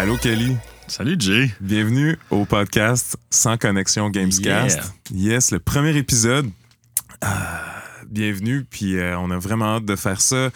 Allô Kelly. Salut Jay. Bienvenue au podcast Sans Connexion Gamescast. Yes, le premier épisode. Bienvenue, puis on a vraiment hâte de faire ça.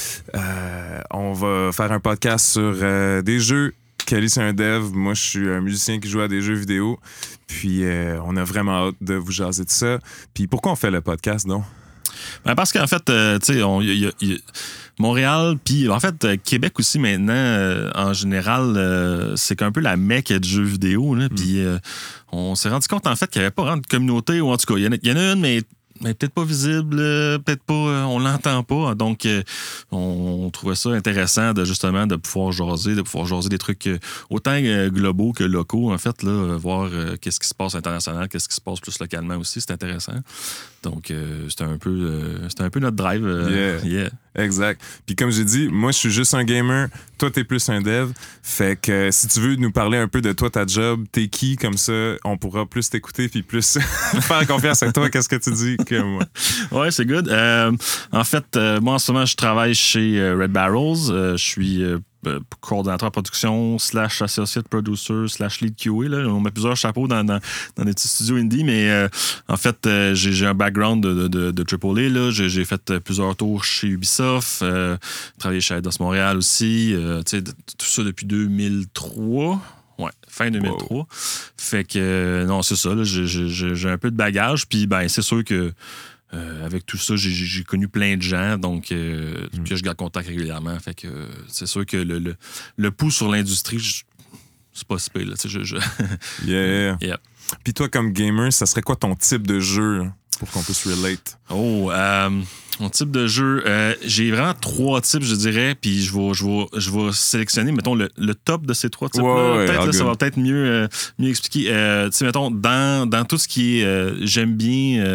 On va faire un podcast sur des jeux. Kelly, c'est un dev. Moi, je suis un musicien qui joue à des jeux vidéo. Puis on a vraiment hâte de vous jaser de ça. Puis pourquoi on fait le podcast, donc? Ben parce qu'en fait, tu sais, Montréal, puis en fait, Québec aussi maintenant, en général, c'est un peu la mecque du jeu vidéo. Puis on s'est rendu compte en fait qu'il n'y avait pas vraiment de communauté, ou en tout cas, il y en a une, mais peut-être pas visible, peut-être pas, on l'entend pas. Donc, on trouvait ça intéressant de pouvoir jaser des trucs autant globaux que locaux, en fait, là, voir qu'est-ce qui se passe international, qu'est-ce qui se passe plus localement aussi, c'est intéressant. Donc, c'était un peu notre drive. Yeah. Exact. Puis comme j'ai dit, moi, je suis juste un gamer. Toi, t'es plus un dev. Fait que si tu veux nous parler un peu de toi, ta job, t'es qui, comme ça, on pourra plus t'écouter puis plus faire confiance à toi. Qu'est-ce que tu dis que moi? Ouais, c'est good. En fait, moi, en ce moment, je travaille chez Red Barrels. Je suis coordonnateur de production / associate producer / lead QA. Là. On met plusieurs chapeaux dans des petits studios indie, mais en fait, j'ai un background de AAA. Là. J'ai fait plusieurs tours chez Ubisoft, travaillé chez Eidos Montréal aussi, tout ça depuis 2003. Ouais, fin 2003. Wow. Fait que, non, c'est ça. Là, j'ai un peu de bagage, puis ben c'est sûr que avec tout ça, j'ai connu plein de gens, donc puis je garde contact régulièrement. Fait que c'est sûr que le pouls sur l'industrie, c'est pas si pire, là. Yeah. Yeah. Puis toi, comme gamer, ça serait quoi ton type de jeu là, pour qu'on puisse relate? Mon type de jeu, j'ai vraiment 3 types, je dirais, puis je vais sélectionner, mettons, le top de ces 3 types-là. Ouais, peut-être, là, ça va peut-être mieux expliquer. Tu sais, mettons, dans tout ce qui est, j'aime bien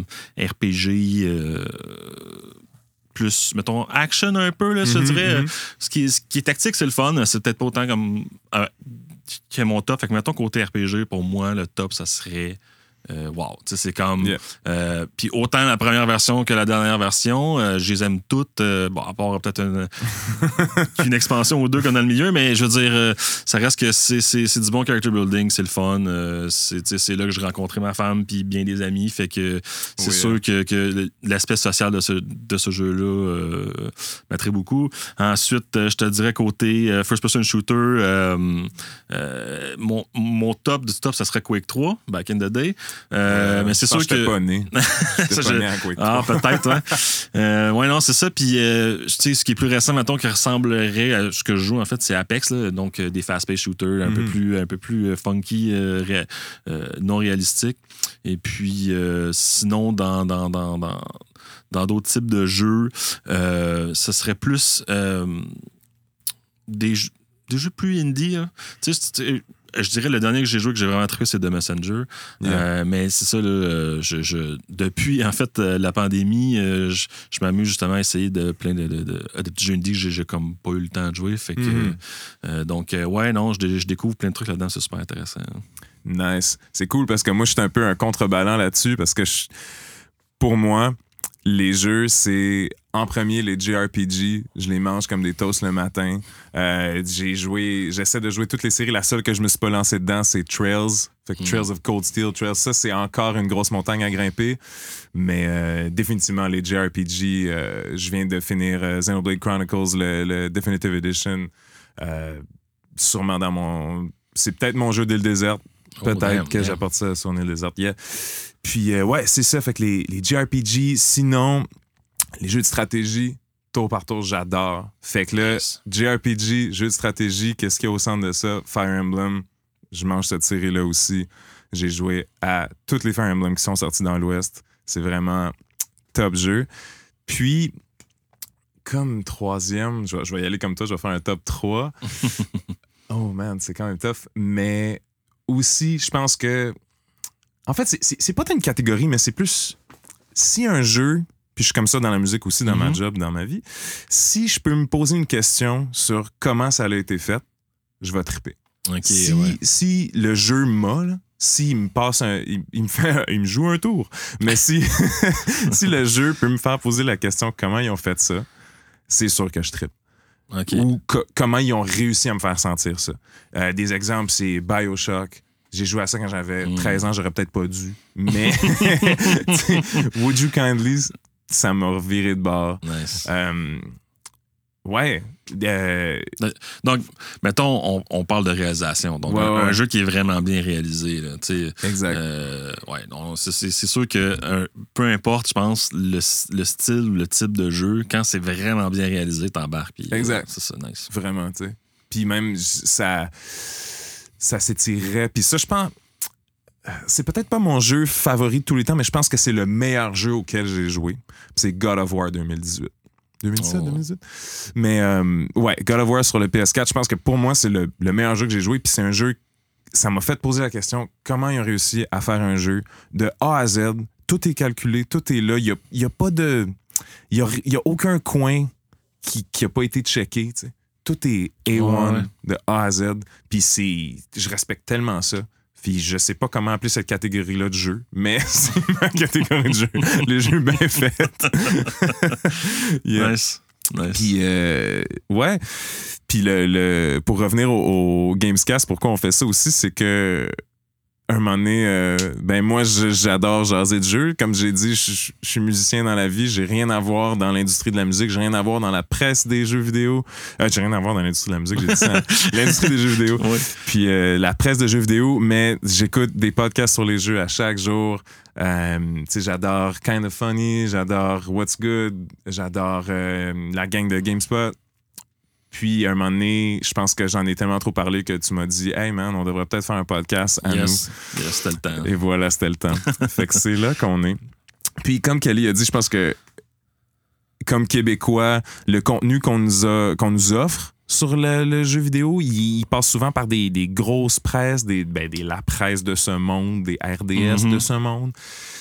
RPG, plus, mettons, action un peu, là, je dirais. Ce qui est tactique, c'est le fun. C'est peut-être pas autant comme qui est mon top. Fait que, mettons, côté RPG, pour moi, le top, ça serait... wow, tu sais, c'est comme... Puis autant la première version que la dernière version, je les aime toutes, bon, à part peut-être une expansion ou deux comme dans le milieu, mais je veux dire, ça reste que c'est du bon character building, c'est le fun, c'est là que je rencontrais ma femme puis bien des amis, fait que c'est sûr que l'aspect social de ce jeu-là m'attrait beaucoup. Ensuite, je te dirais côté first-person shooter, mon top du top, ça serait Quake 3, back in the day. Mais c'est sûr que. J'étais pas né. J'étais pas né à Quake 3. Ah, peut-être, hein. Ouais, non, c'est ça. Puis, tu sais, ce qui est plus récent, mettons, qui ressemblerait à ce que je joue, en fait, c'est Apex, là, donc des fast-paced shooters un peu plus funky, non réalistiques. Et puis, sinon, dans d'autres types de jeux, ce serait plus des jeux plus indie. Hein. Tu sais, je dirais le dernier que j'ai joué que j'ai vraiment trippé, c'est The Messenger. Mais c'est ça, là, depuis en fait la pandémie, je m'amuse justement à essayer de plein de petits jeux indie que j'ai comme pas eu le temps de jouer. Fait que, donc, ouais, non, je découvre plein de trucs là-dedans, c'est super intéressant. Nice. C'est cool parce que moi, je suis un peu un contrebalan là-dessus parce que pour moi, les jeux, c'est en premier les JRPG. Je les mange comme des toasts le matin. J'essaie de jouer toutes les séries. La seule que je me suis pas lancé dedans, c'est Trails. Fait que Trails of Cold Steel. Trails, ça, c'est encore une grosse montagne à grimper. Mais définitivement, les JRPG, je viens de finir Xenoblade Chronicles, le Definitive Edition. Sûrement dans mon... C'est peut-être mon jeu d'Île déserte. Peut-être que j'apporte ça sur Île déserte. Yeah. Puis, ouais, c'est ça. Fait que les JRPG, sinon, les jeux de stratégie, tour par tour, j'adore. Fait que là, JRPG, jeux de stratégie, qu'est-ce qu'il y a au centre de ça? Fire Emblem, je mange cette série-là aussi. J'ai joué à toutes les Fire Emblem qui sont sortis dans l'Ouest. C'est vraiment top jeu. Puis, comme troisième, je vais y aller comme toi, je vais faire un top 3. Oh man, c'est quand même tough. Mais aussi, je pense que... En fait, c'est pas tant une catégorie, mais c'est plus... Si un jeu, puis je suis comme ça dans la musique aussi, dans ma job, dans ma vie, si je peux me poser une question sur comment ça a été fait, je vais triper. Okay, si le jeu m'a, là, s'il me passe il me joue un tour, mais si le jeu peut me faire poser la question comment ils ont fait ça, c'est sûr que je trippe. OK. ou comment ils ont réussi à me faire sentir ça. Des exemples, c'est BioShock. J'ai joué à ça quand j'avais 13 ans, j'aurais peut-être pas dû. Mais Would You Kindly, ça m'a reviré de bord. Nice. Ouais. Donc, mettons, on parle de réalisation. Donc, un jeu qui est vraiment bien réalisé. Là, exact. Ouais, donc c'est sûr que peu importe, je pense, le style ou le type de jeu, quand c'est vraiment bien réalisé, t'embarques. Exact. C'est ça, nice. Vraiment, tu sais. Puis même, ça s'étirait. Puis ça, je pense... C'est peut-être pas mon jeu favori de tous les temps, mais je pense que c'est le meilleur jeu auquel j'ai joué. C'est God of War 2018. 2018. Mais ouais, God of War sur le PS4, je pense que pour moi, c'est le meilleur jeu que j'ai joué. Puis c'est un jeu, ça m'a fait poser la question, comment ils ont réussi à faire un jeu de A à Z, tout est calculé, tout est là. Il y a pas de... Il y a aucun coin qui a pas été checké, tu sais. Tout est A1 de A à Z. Puis je respecte tellement ça. Puis je sais pas comment appeler cette catégorie-là de jeu, mais c'est ma catégorie de jeu. Les jeux bien faits. Yeah. Nice. Puis, ouais. Puis pour revenir au Gamescast, pourquoi on fait ça aussi, c'est que un moment donné, ben moi, j'adore jaser de jeux. Comme j'ai dit, je suis musicien dans la vie. J'ai rien à voir dans l'industrie de la musique. J'ai rien à voir dans la presse des jeux vidéo. J'ai rien à voir dans l'industrie de la musique. J'ai dit ça. L'industrie des jeux vidéo. Oui. Puis la presse de jeux vidéo. Mais j'écoute des podcasts sur les jeux à chaque jour. Tu sais, j'adore Kind of Funny. J'adore What's Good. J'adore la gang de GameSpot. Puis, à un moment donné, je pense que j'en ai tellement trop parlé que tu m'as dit « Hey man, on devrait peut-être faire un podcast à nous. » Yes, c'était le temps. Et voilà, c'était le temps. Fait que c'est là qu'on est. Puis, comme Kelly a dit, je pense que comme Québécois, le contenu qu'on nous offre sur le jeu vidéo, il passe souvent par des grosses presses, la presse de ce monde, des RDS de ce monde.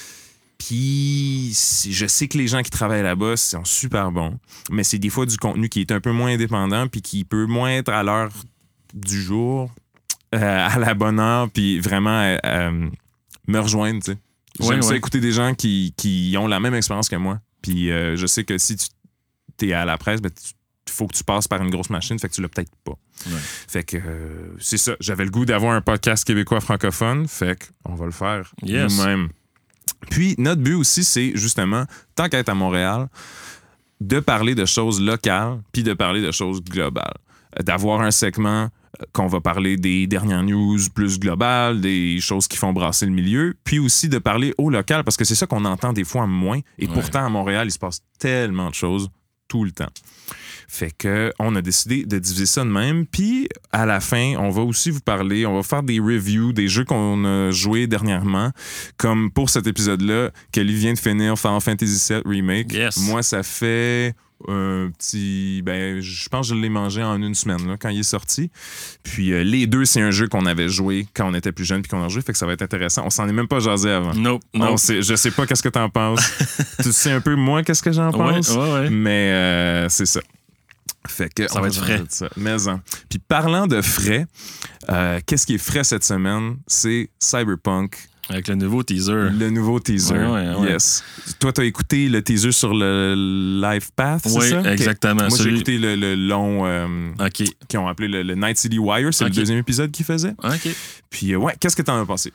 Puis, je sais que les gens qui travaillent là-bas sont super bons, mais c'est des fois du contenu qui est un peu moins indépendant puis qui peut moins être à l'heure du jour, à la bonne heure, puis vraiment me rejoindre, tu sais. J'aime ça écouter des gens qui ont la même expérience que moi. Puis, je sais que si tu es à la presse, ben, il faut que tu passes par une grosse machine, fait que tu l'as peut-être pas. Ouais. Fait que c'est ça. J'avais le goût d'avoir un podcast québécois francophone, fait qu'on va le faire nous-mêmes. Puis, notre but aussi, c'est justement, tant qu'à être à Montréal, de parler de choses locales puis de parler de choses globales. D'avoir un segment qu'on va parler des dernières news plus globales, des choses qui font brasser le milieu, puis aussi de parler au local, parce que c'est ça qu'on entend des fois moins. Et pourtant, à Montréal, il se passe tellement de choses tout le temps. Fait que on a décidé de diviser ça de même. Puis, à la fin, on va aussi vous parler, on va faire des reviews des jeux qu'on a joués dernièrement. Comme pour cet épisode-là, Kelly vient de finir Final Fantasy VII Remake. Yes. Moi, ça fait un petit... Ben, je pense que je l'ai mangé en une semaine, là, quand il est sorti. Puis, les deux, c'est un jeu qu'on avait joué quand on était plus jeune puis qu'on a joué. Fait que ça va être intéressant. On s'en est même pas jasé avant. Nope. Je sais pas qu'est-ce que t'en penses. Tu sais un peu, moi, qu'est-ce que j'en pense. Ouais. Mais c'est ça. Fait que ça va être frais. Maison. Puis parlant de frais, qu'est-ce qui est frais cette semaine? C'est Cyberpunk. Avec le nouveau teaser. Le nouveau teaser, yes. Toi, t'as écouté le teaser sur le Live Path, c'est ça? Oui, exactement. Moi, j'ai écouté le long qu'ils ont appelé le Night City Wire. C'est le deuxième épisode qu'ils faisaient. OK. Puis, qu'est-ce que t'en as pensé?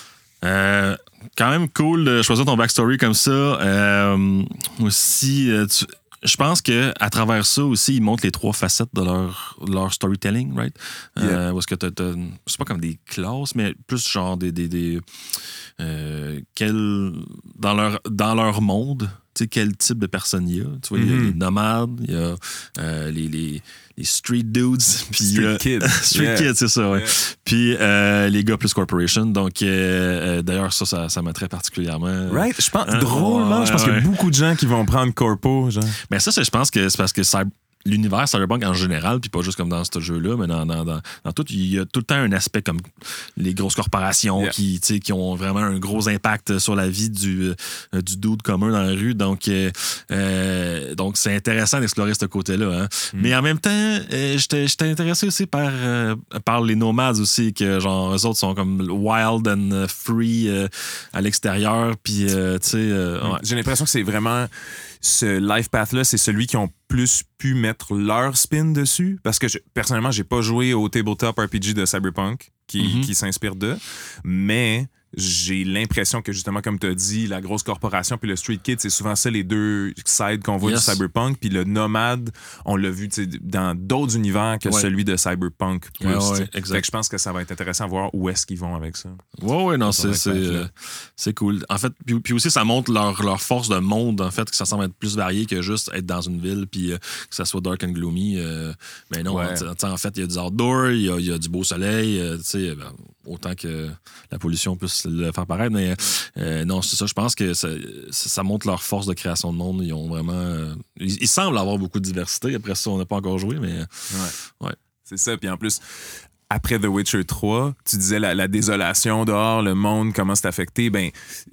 Quand même cool de choisir ton backstory comme ça. Aussi, je pense qu'à travers ça aussi, ils montrent les trois facettes de leur storytelling, right? Yeah. Où est-ce que c'est pas comme des classes, mais plus genre dans leur monde, tu sais, quel type de personnes il y a. Tu vois, il y a les nomades, il y a les street dudes. Puis, street kids. Street kids, c'est ça, ouais. Yeah. Puis les gars plus corporation. Donc, d'ailleurs, ça m'attrait particulièrement. Right? Je pense, drôlement, je pense qu'il y a beaucoup de gens qui vont prendre corpo, genre. Mais ça, je pense que c'est parce que l'univers Cyberpunk en général, puis pas juste comme dans ce jeu-là, mais dans tout, il y a tout le temps un aspect comme les grosses corporations qui ont vraiment un gros impact sur la vie du dude commun dans la rue. Donc c'est intéressant d'explorer ce côté-là. Hein. Mais en même temps, j'étais intéressé aussi par les nomades aussi, que genre eux autres sont comme wild and free à l'extérieur. Puis, tu sais... J'ai l'impression que c'est vraiment... ce life path-là, c'est celui qui ont plus pu mettre leur spin dessus. Parce que personnellement, j'ai pas joué au tabletop RPG de Cyberpunk qui s'inspire d'eux, mais j'ai l'impression que justement, comme tu as dit, la grosse corporation puis le street kid, c'est souvent ça les deux sides qu'on voit du Cyberpunk. Puis le nomade, on l'a vu dans d'autres univers que celui de Cyberpunk. Plus, exact. Fait que je pense que ça va être intéressant à voir où est-ce qu'ils vont avec ça. Ouais, non, c'est cool. En fait, puis aussi, ça montre leur force de monde, en fait, que ça semble être plus varié que juste être dans une ville puis que ça soit dark and gloomy. Mais non, en fait, il y a du outdoor, il y a du beau soleil, autant que la pollution puisse le faire paraître. Mais non, c'est ça. Je pense que ça montre leur force de création de monde. Ils ont vraiment... ils semblent avoir beaucoup de diversité. Après ça, on n'a pas encore joué, mais... Ouais. C'est ça. Puis en plus, après The Witcher 3, tu disais la désolation dehors, le monde, comment c'est affecté. Ben,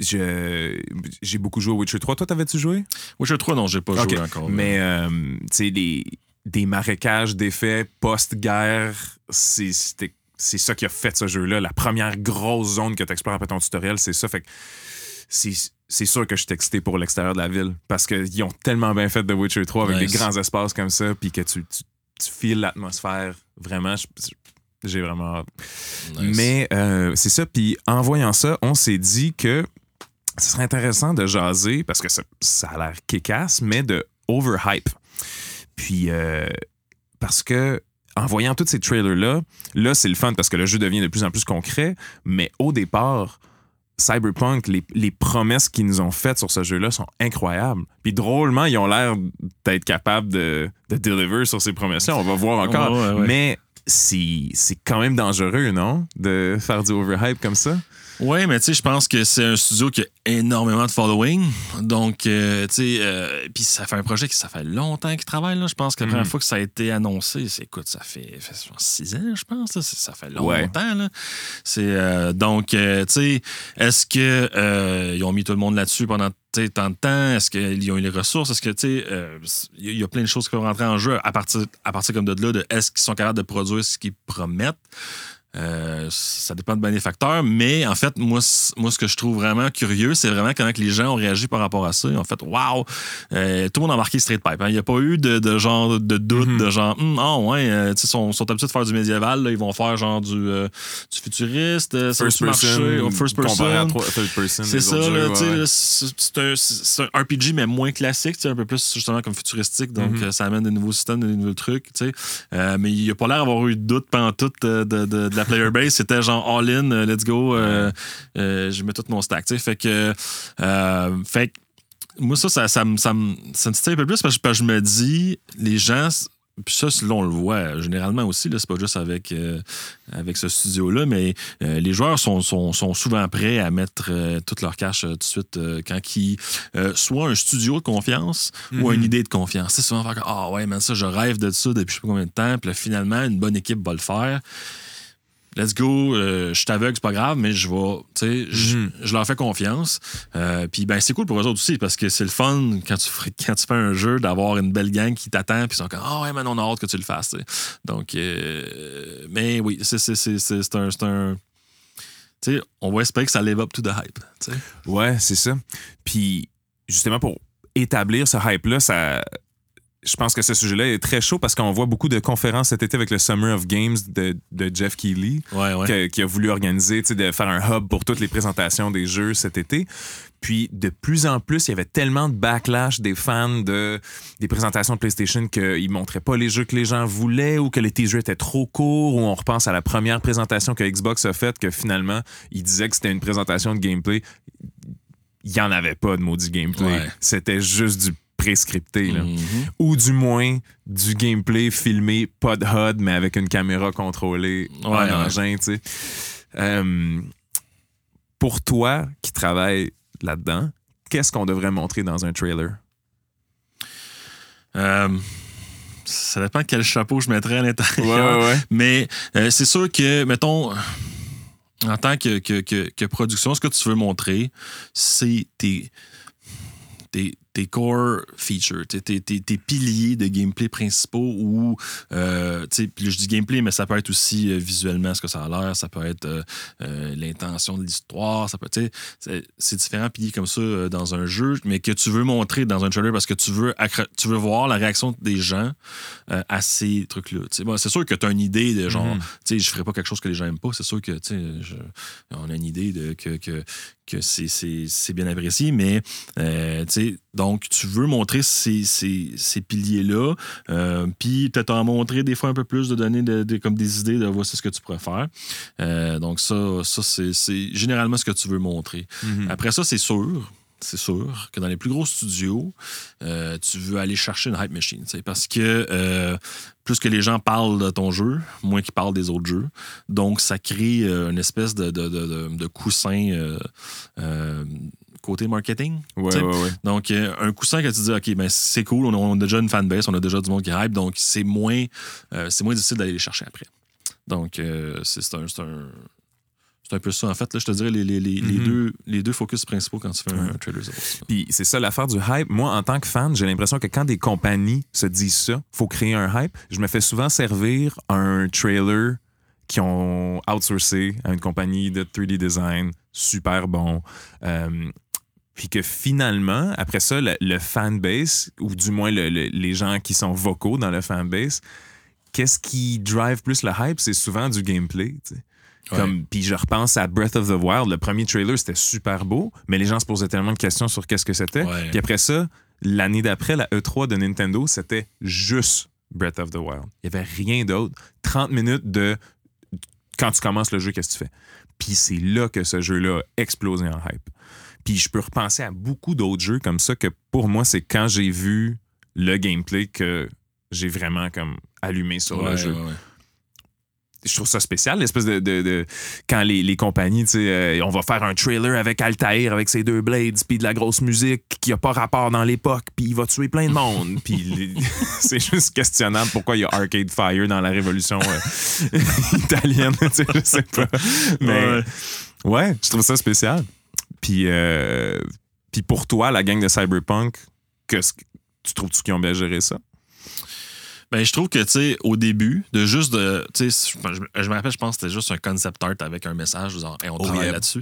j'ai beaucoup joué au Witcher 3. Toi, t'avais-tu joué? Witcher 3, non, j'ai pas joué encore. Mais, tu sais, des marécages d'effets post-guerre, c'est ça qui a fait ce jeu-là. La première grosse zone que tu explores après ton tutoriel, c'est ça. Fait que c'est sûr que je suis excité pour l'extérieur de la ville parce qu'ils ont tellement bien fait The Witcher 3 avec des grands espaces comme ça, puis que tu files l'atmosphère. Vraiment, j'ai vraiment hâte. Nice. Mais c'est ça. Puis en voyant ça, on s'est dit que ce serait intéressant de jaser parce que ça a l'air kick-ass, mais de overhype. Puis parce que en voyant tous ces trailers-là, c'est le fun parce que le jeu devient de plus en plus concret, mais au départ, Cyberpunk, les promesses qu'ils nous ont faites sur ce jeu-là sont incroyables. Puis drôlement, ils ont l'air d'être capables de deliver sur ces promesses-là. On va voir encore. Ouais. Mais c'est quand même dangereux, non? De faire du overhype comme ça? Oui, mais tu sais, je pense que c'est un studio qui a énormément de following. Donc, tu sais, puis ça fait un projet qui ça fait longtemps qu'il travaille. Là. Je pense que la première fois que ça a été annoncé, écoute, ça fait 6 ans, je pense. Là. Ça fait longtemps. Là. C'est, donc, tu sais, est-ce qu'ils ont mis tout le monde là-dessus pendant tant de temps? Est-ce qu'ils ont eu les ressources? Est-ce que, tu sais, il y a plein de choses qui vont rentrer en jeu à partir comme de là, de est-ce qu'ils sont capables de produire ce qu'ils promettent? Ça dépend de bien des facteurs, mais en fait, moi, ce que je trouve vraiment curieux, c'est vraiment comment que les gens ont réagi par rapport à ça. En fait, wow! Tout le monde a embarqué Street Pipe. Hein. Il n'y a pas eu de genre de doute, de genre, ils sont habitués de faire du médiéval, là, ils vont faire genre du futuriste, first person. Third person. C'est ça, là, c'est un RPG, mais moins classique, un peu plus justement comme futuristique, donc ça amène des nouveaux systèmes, des nouveaux trucs, mais il n'y a pas l'air d'avoir eu de doute pendant tout de la player base, c'était genre all in, let's go, je mets tout mon stack, fait que moi ça me titille un peu plus parce que je me dis, les gens, puis ça, là, on le voit généralement aussi, là, c'est pas juste avec ce studio-là, mais les joueurs sont souvent prêts à mettre toute leur cash tout de suite quand ils soit un studio de confiance ou une idée de confiance. C'est souvent faire ah ouais, mais ça, je rêve de ça depuis je sais pas combien de temps, puis là, finalement, une bonne équipe va le faire. Let's go, je suis aveugle, c'est pas grave, mais je vais, tu sais, je leur fais confiance. Puis ben c'est cool pour eux autres aussi parce que c'est le fun quand tu fais un jeu d'avoir une belle gang qui t'attend puis ils sont comme ah ouais, man, on a hâte que tu le fasses. T'sais. Donc, mais oui, c'est un tu sais, on va espérer que ça live up to the hype. T'sais. Ouais, c'est ça. Puis justement pour établir ce hype-là, je pense que ce sujet-là est très chaud parce qu'on voit beaucoup de conférences cet été avec le Summer of Games de Jeff Keighley, qui a voulu organiser, de faire un hub pour toutes les présentations des jeux cet été. Puis, de plus en plus, il y avait tellement de backlash des fans des présentations de PlayStation qu'ils ne montraient pas les jeux que les gens voulaient ou que les teasers étaient trop courts, ou on repense à la première présentation que Xbox a faite, que finalement, ils disaient que c'était une présentation de gameplay. Il n'y en avait pas de maudit gameplay. Ouais. C'était juste du prescripté, là. Ou du moins du gameplay filmé, pas de HUD, mais avec une caméra contrôlée en engin, tu sais. Pour toi, qui travaille là-dedans, qu'est-ce qu'on devrait montrer dans un trailer? Ça dépend quel chapeau je mettrais à l'intérieur. Ouais. Mais c'est sûr que, mettons, en tant que production, ce que tu veux montrer, c'est tes tes core features, tes piliers de gameplay principaux ou, puis je dis gameplay, mais ça peut être aussi visuellement ce que ça a l'air, ça peut être l'intention de l'histoire, ça peut être, c'est différents piliers comme ça dans un jeu, mais que tu veux montrer dans un trailer parce que tu veux voir la réaction des gens à ces trucs-là. Bon, c'est sûr que tu as une idée de genre, je ferais pas quelque chose que les gens aiment pas, c'est sûr que on a une idée de que c'est bien apprécié, mais donc tu veux montrer ces piliers-là, puis peut-être en montrer des fois un peu plus, de donner comme des idées de voici ce que tu pourrais faire. Donc ça c'est généralement ce que tu veux montrer. Après ça, c'est sûr que dans les plus gros studios, tu veux aller chercher une hype machine, parce que plus que les gens parlent de ton jeu, moins qu'ils parlent des autres jeux. Donc, ça crée une espèce de coussin côté marketing. Ouais. Donc, un coussin que tu dis, OK, ben c'est cool, on a déjà une fanbase, on a déjà du monde qui hype, donc c'est moins difficile d'aller les chercher après. Donc, c'est un peu ça, en fait. Là, je te dirais les deux focus principaux quand tu fais un trailer. Puis c'est ça l'affaire du hype. Moi, en tant que fan, j'ai l'impression que quand des compagnies se disent ça, faut créer un hype. Je me fais souvent servir un trailer qui ont outsourcé à une compagnie de 3D design super bon. Puis que finalement, après ça, le fanbase, ou du moins les gens qui sont vocaux dans le fanbase, qu'est-ce qui drive plus le hype? C'est souvent du gameplay, tu sais. Puis je repense à Breath of the Wild. Le premier trailer, c'était super beau, mais les gens se posaient tellement de questions sur qu'est-ce que c'était. Puis après ça, l'année d'après, la E3 de Nintendo, c'était juste Breath of the Wild. Il n'y avait rien d'autre. 30 minutes de quand tu commences le jeu, qu'est-ce que tu fais? Puis c'est là que ce jeu-là a explosé en hype. Puis je peux repenser à beaucoup d'autres jeux comme ça que pour moi, c'est quand j'ai vu le gameplay que j'ai vraiment comme allumé sur le jeu. Je trouve ça spécial, l'espèce de quand les compagnies, tu sais, on va faire un trailer avec Altair, avec ses 2 blades, puis de la grosse musique qui a pas rapport dans l'époque, puis il va tuer plein de monde. Puis c'est juste questionnable pourquoi il y a Arcade Fire dans la Révolution italienne, tu sais, je sais pas. Mais ouais, je trouve ça spécial. Puis pour toi, la gang de Cyberpunk, tu trouves-tu qu'ils ont bien géré ça? Ben, je trouve que, tu sais, au début, tu sais, je me rappelle, je pense que c'était juste un concept art avec un message, disant, hey, on travaille là-dessus.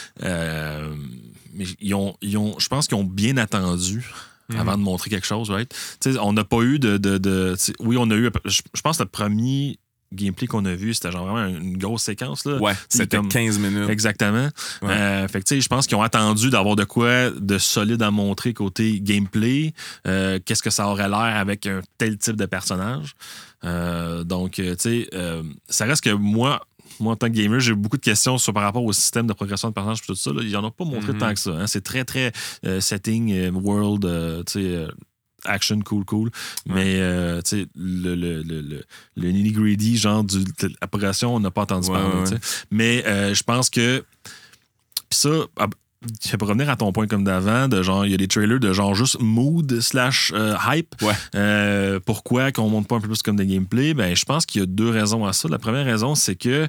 Mais je pense qu'ils ont bien attendu avant de montrer quelque chose, right? Tu sais, on n'a pas eu oui, on a eu, je pense que le premier gameplay qu'on a vu, c'était genre vraiment une grosse séquence. Là. Ouais, c'était comme 15 minutes. Exactement. Ouais. Fait que tu sais, je pense qu'ils ont attendu d'avoir de quoi de solide à montrer côté gameplay. Qu'est-ce que ça aurait l'air avec un tel type de personnage. Donc, tu sais, ça reste que moi, en tant que gamer, j'ai beaucoup de questions par rapport au système de progression de personnages et tout ça. Là. Ils n'en ont pas montré tant que ça. Hein. C'est très, très setting, world, tu sais... action cool. Mais tu sais, le nitty-gritty, genre de la progression, on n'a pas entendu parler. Ouais. Mais je pense que puis ça, pour revenir à ton point comme d'avant, de genre, il y a des trailers de genre juste mood / hype. Ouais. Pourquoi qu'on monte pas un peu plus comme des gameplays? Ben, je pense qu'il y a 2 raisons à ça. La première raison, c'est que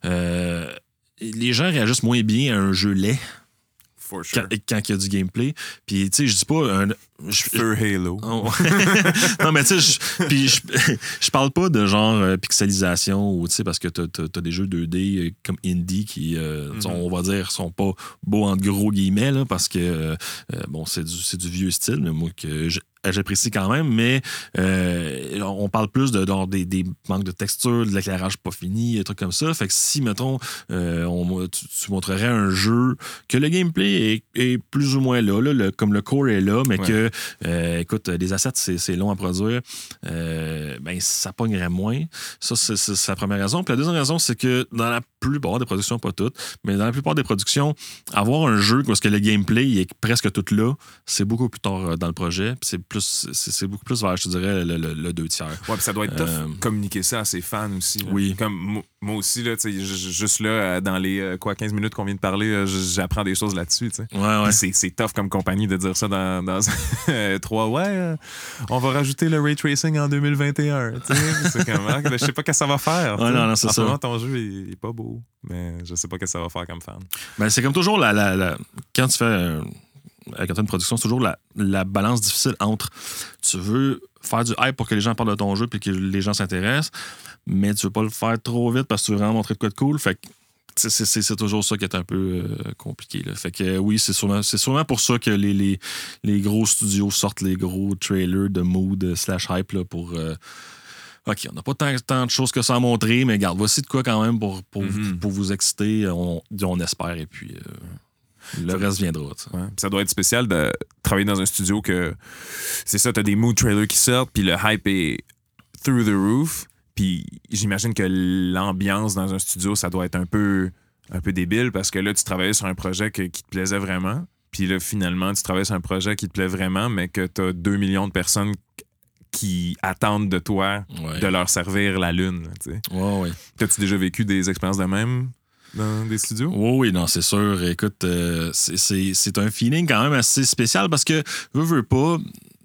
les gens réagissent moins bien à un jeu laid. For sure. Quand il y a du gameplay. Puis, tu sais, je dis pas... Feu Halo. Non, mais tu sais, je parle pas de genre pixelisation ou, tu sais, parce que t'as des jeux 2D comme indie qui, on va dire, sont pas beaux entre gros guillemets, là, parce que, bon, c'est du vieux style, mais moi, que j'apprécie quand même, mais on parle plus de des manques de texture, de l'éclairage pas fini, des trucs comme ça. Fait que si, mettons, tu montrerais un jeu que le gameplay est plus ou moins là, comme le core est là, mais que, écoute, les assets, c'est long à produire, ben ça pognerait moins. Ça, c'est la première raison. Puis la deuxième raison, c'est que dans la plupart des productions, pas toutes, mais dans la plupart des productions, avoir un jeu parce que le gameplay est presque tout là, c'est beaucoup plus tard dans le projet. Puis c'est beaucoup plus vers, je te dirais, le 2/3. Ouais, puis ça doit être tough communiquer ça à ses fans aussi. Là. Oui. Comme moi aussi, là, juste là, dans les 15 minutes qu'on vient de parler, j'apprends des choses là-dessus. Ouais. C'est tough comme compagnie de dire ça dans 3. Ouais, on va rajouter le ray tracing en 2021. C'est comment? Je sais pas ce que ça va faire. Ouais, non, c'est ça. En ce moment, ton jeu il est pas beau, mais je sais pas ce que ça va faire comme fan. Ben, c'est comme toujours, quand tu fais avec une production, c'est toujours la balance difficile entre tu veux faire du hype pour que les gens parlent de ton jeu puis que les gens s'intéressent, mais tu veux pas le faire trop vite parce que tu veux vraiment montrer de quoi de cool. Fait que c'est toujours ça qui est un peu compliqué. Là. Fait que oui, c'est sûrement pour ça que les gros studios sortent les gros trailers de mood /hype là, pour... OK, on n'a pas tant de choses que ça à montrer, mais regarde, voici de quoi quand même pour vous exciter, on espère, et puis le reste viendra. Ouais. Ça doit être spécial de travailler dans un studio que, c'est ça, t'as des mood trailers qui sortent, puis le hype est through the roof, puis j'imagine que l'ambiance dans un studio, ça doit être un peu débile, parce que là, tu travaillais sur un projet qui te plaisait vraiment, puis là, finalement, tu travailles sur un projet qui te plaît vraiment, mais que t'as 2 millions de personnes qui attendent de toi de leur servir la lune. Ouais. T'as-tu déjà vécu des expériences de même dans des studios? Oui, non, c'est sûr. Écoute, c'est un feeling quand même assez spécial parce que, veux pas,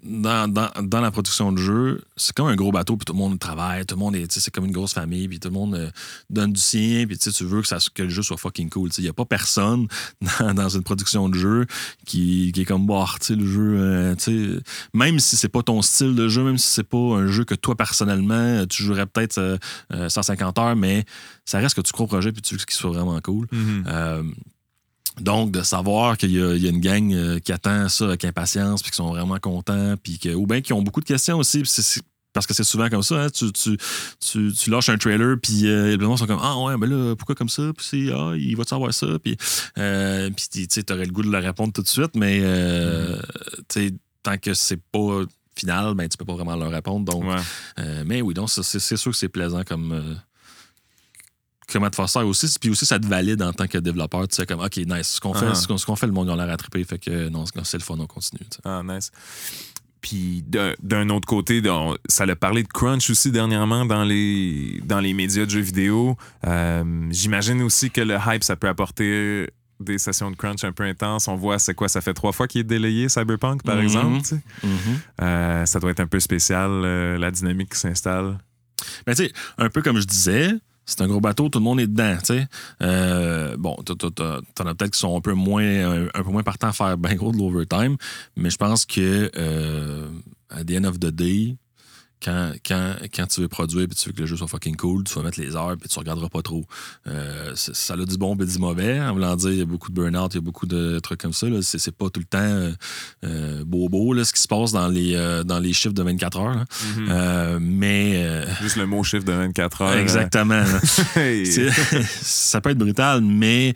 dans la production de jeu, c'est comme un gros bateau, puis tout le monde travaille, tout le monde c'est comme une grosse famille, puis tout le monde donne du sien, puis tu veux que le jeu soit fucking cool. Il n'y a pas personne dans une production de jeu qui est comme, le jeu, même si c'est pas ton style de jeu, même si c'est pas un jeu que toi, personnellement, tu jouerais peut-être 150 heures, mais ça reste que tu crois au projet, puis tu veux qu'il soit vraiment cool. Mm-hmm. Donc, de savoir qu'il y a une gang qui attend ça avec impatience, puis qui sont vraiment contents, puis ou bien qui ont beaucoup de questions aussi, parce que c'est souvent comme ça, hein, tu lâches un trailer, puis les gens sont comme « Ah ouais, ben là, pourquoi comme ça? » Puis il va-tu savoir ça? Puis tu sais, t'aurais le goût de leur répondre tout de suite, mais tu sais, tant que c'est pas final, ben tu peux pas vraiment leur répondre. Donc, mais oui, donc c'est sûr que c'est plaisant comme... comment te faire ça aussi. Puis aussi, ça te valide en tant que développeur. Tu sais, comme, OK, nice. Ce qu'on fait, le monde, ils ont l'air attrapé. Fait que non, c'est le fun, on continue. T'sais. Ah, nice. Puis d'un autre côté, ça a parlé de crunch aussi dernièrement dans les médias de jeux vidéo. J'imagine aussi que le hype, ça peut apporter des sessions de crunch un peu intenses. On voit, c'est quoi, ça fait 3 fois qu'il est délayé, Cyberpunk, par exemple. Ça doit être un peu spécial, la dynamique qui s'installe. Ben, tu sais, un peu comme je disais, c'est un gros bateau, tout le monde est dedans, tu sais. Bon, t'en as peut-être qui sont un peu moins partants à faire bien gros de l'overtime, mais je pense que à the end of the day, quand tu veux produire et tu veux que le jeu soit fucking cool, tu vas mettre les heures et tu regarderas pas trop. Ça a du bon et du mauvais. En voulant dire, il y a beaucoup de burn-out, il y a beaucoup de trucs comme ça. Là. C'est pas tout le temps beau là, ce qui se passe dans les chiffres de 24 heures. Là. Mm-hmm. Mais... juste le mot chiffre de 24 heures. Exactement. Ça peut être brutal, mais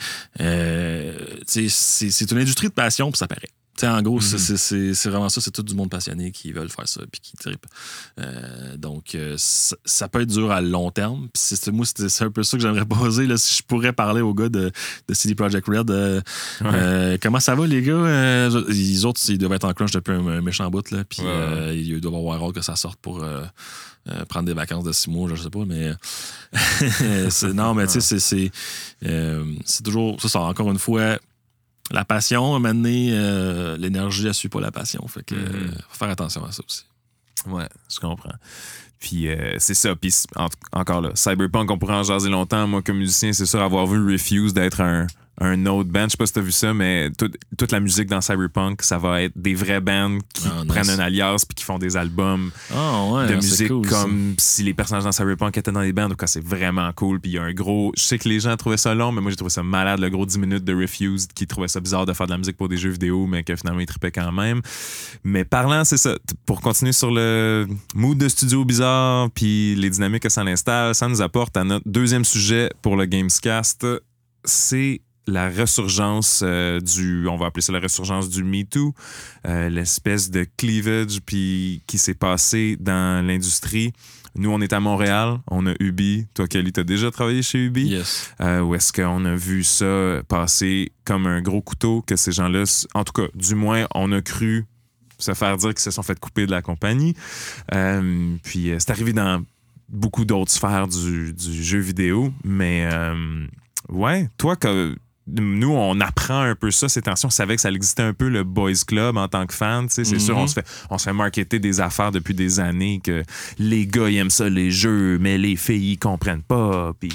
c'est une industrie de passion puis ça paraît. T'sais, en gros, c'est vraiment ça. C'est tout du monde passionné qui veulent faire ça puis qui trippent. Donc, ça peut être dur à long terme. Puis moi, c'est un peu ça que j'aimerais poser. Là, si je pourrais parler aux gars de CD Projekt Red. Comment ça va, les gars? Les autres, ils doivent être en crunch depuis un méchant bout. Là, puis ils doivent avoir hâte que ça sorte pour... prendre des vacances de 6 mois, je sais pas, mais non, mais tu sais, c'est toujours ça, encore une fois, la passion, à un moment donné, l'énergie, elle suit pas la passion. Fait que faut faire attention à ça aussi. Ouais, je comprends. Puis c'est ça. Puis encore là, Cyberpunk, on pourrait en jaser longtemps. Moi, comme musicien, c'est sûr, avoir vu Refuse d'être un autre band. Je sais pas si t'as vu ça, mais toute la musique dans Cyberpunk, ça va être des vrais bands qui prennent un alias puis qui font des albums de musique cool, comme si les personnages dans Cyberpunk étaient dans les bands. Donc, c'est vraiment cool. Puis il y a un gros... Je sais que les gens trouvaient ça long, mais moi, j'ai trouvé ça malade, le gros 10 minutes de Refused, qui trouvait ça bizarre de faire de la musique pour des jeux vidéo, mais que finalement, ils trippaient quand même. Mais parlant, c'est ça. Pour continuer sur le mood de studio bizarre puis les dynamiques que ça l'installe, ça nous apporte à notre deuxième sujet pour le Gamescast. C'est la ressurgence on va appeler ça la ressurgence du Me Too, l'espèce de cleavage puis qui s'est passé dans l'industrie. Nous, on est à Montréal, on a Ubi. Toi, Kelly, t'as déjà travaillé chez Ubi? Yes. Où est-ce qu'on a vu ça passer comme un gros couteau, que ces gens-là, en tout cas, du moins, on a cru se faire dire qu'ils se sont fait couper de la compagnie. Puis c'est arrivé dans beaucoup d'autres sphères du jeu vidéo, mais ouais, toi, nous, on apprend un peu ça ces temps-ci. On savait que ça existait un peu le Boys Club en tant que fan. C'est sûr, on se fait marketer des affaires depuis des années que les gars ils aiment ça, les jeux, mais les filles ils comprennent pas. Puis,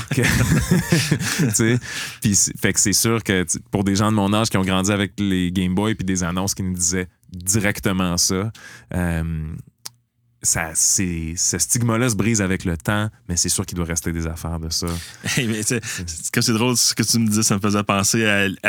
fait que c'est sûr que pour des gens de mon âge qui ont grandi avec les Game Boy puis des annonces qui nous disaient directement ça, ce stigma-là se brise avec le temps, mais c'est sûr qu'il doit rester des affaires de ça. Mais comme c'est drôle, ce que tu me dis, ça me faisait penser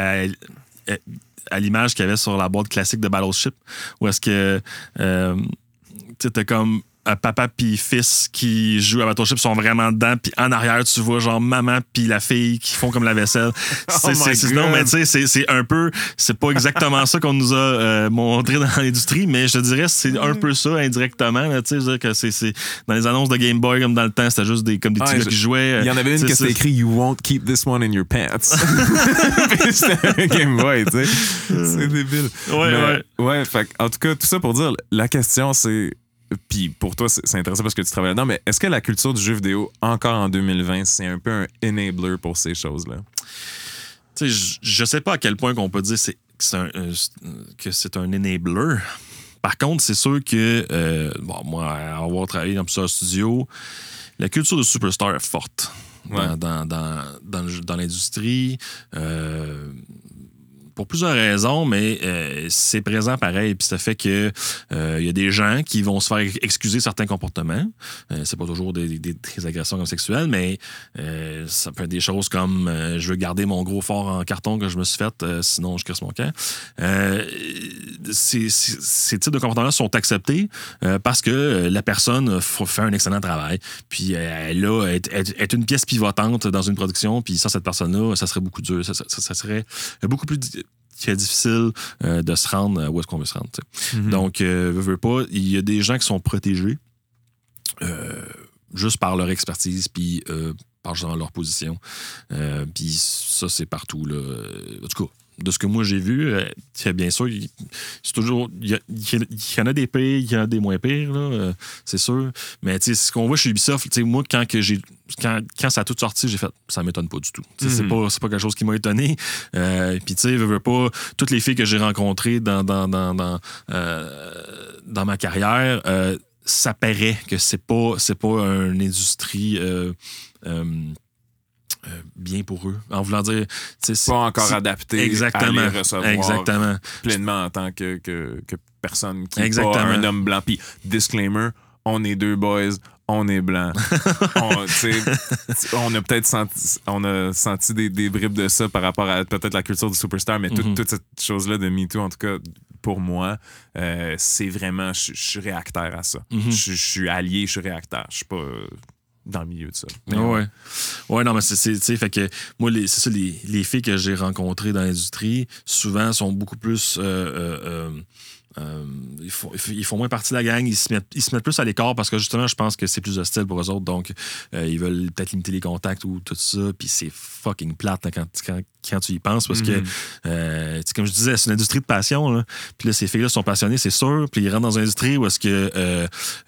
à l'image qu'il y avait sur la boîte classique de Battleship, où est-ce que t'as comme un papa puis fils qui jouent à Battleship sont vraiment dedans, puis en arrière tu vois genre maman puis la fille qui font comme la vaisselle. Non, mais tu sais, c'est un peu, c'est pas exactement ça qu'on nous a montré dans l'industrie, mais je te dirais c'est un peu ça indirectement. Tu sais, que c'est dans les annonces de Game Boy comme dans le temps, c'était juste des petits gars qui jouaient. Il y en avait une qui c'était écrit You won't keep this one in your pants. C'était un Game Boy, tu sais. C'est débile. Ouais. Fait, en tout cas, tout ça pour dire, la question c'est. Puis pour toi, c'est intéressant parce que tu travailles là-dedans, mais est-ce que la culture du jeu vidéo, encore en 2020, c'est un peu un enabler pour ces choses-là? Tu sais, je sais pas à quel point qu'on peut dire que c'est un enabler. Par contre, c'est sûr que, moi, avoir travaillé dans plusieurs studios, la culture de superstar est forte dans l'industrie. Pour plusieurs raisons, mais c'est présent pareil. Puis ça fait que y a des gens qui vont se faire excuser certains comportements. C'est pas toujours des agressions comme sexuelles, mais ça peut être des choses comme je veux garder mon gros fort en carton que je me suis fait, sinon je crisse mon camp. Ces types de comportements sont acceptés parce que la personne fait un excellent travail. Puis elle est une pièce pivotante dans une production. Puis sans cette personne-là, ça serait beaucoup dur. Ça serait beaucoup plus difficile de se rendre où est-ce qu'on veut se rendre. Mm-hmm. Donc, veux pas, il y a des gens qui sont protégés juste par leur expertise puis par justement leur position. Puis ça, c'est partout. Là. En tout cas, de ce que moi j'ai vu, bien sûr, c'est toujours. Il y en a des pires, il y en a des moins pires, là, c'est sûr. Mais ce qu'on voit chez Ubisoft, moi, quand ça a tout sorti, j'ai fait ça m'étonne pas du tout. Mm-hmm. C'est pas quelque chose qui m'a étonné. Puis, veux pas, toutes les filles que j'ai rencontrées dans ma carrière, ça paraît que c'est pas une industrie. Bien pour eux. En voulant dire... Pas encore adapté à les recevoir pleinement en tant que personne qui n'est pas un homme blanc. Puis, disclaimer, on est deux boys, on est blancs. On a peut-être senti des bribes de ça par rapport à peut-être la culture du superstar, mais toute cette chose-là de MeToo, en tout cas, pour moi, c'est vraiment... Je suis réacteur à ça. Je suis allié, je suis réacteur. Je suis pas... dans le milieu de ça. Ouais, non, mais c'est fait que moi, c'est ça, les filles que j'ai rencontrées dans l'industrie, souvent, sont beaucoup plus... ils font moins partie de la gang, ils se mettent plus à l'écart parce que justement, je pense que c'est plus hostile pour eux autres, donc ils veulent peut-être limiter les contacts ou tout ça, puis c'est fucking plate quand tu y penses parce que, comme je disais, c'est une industrie de passion, là. Puis là, ces filles-là sont passionnées, c'est sûr, puis ils rentrent dans une industrie où est-ce que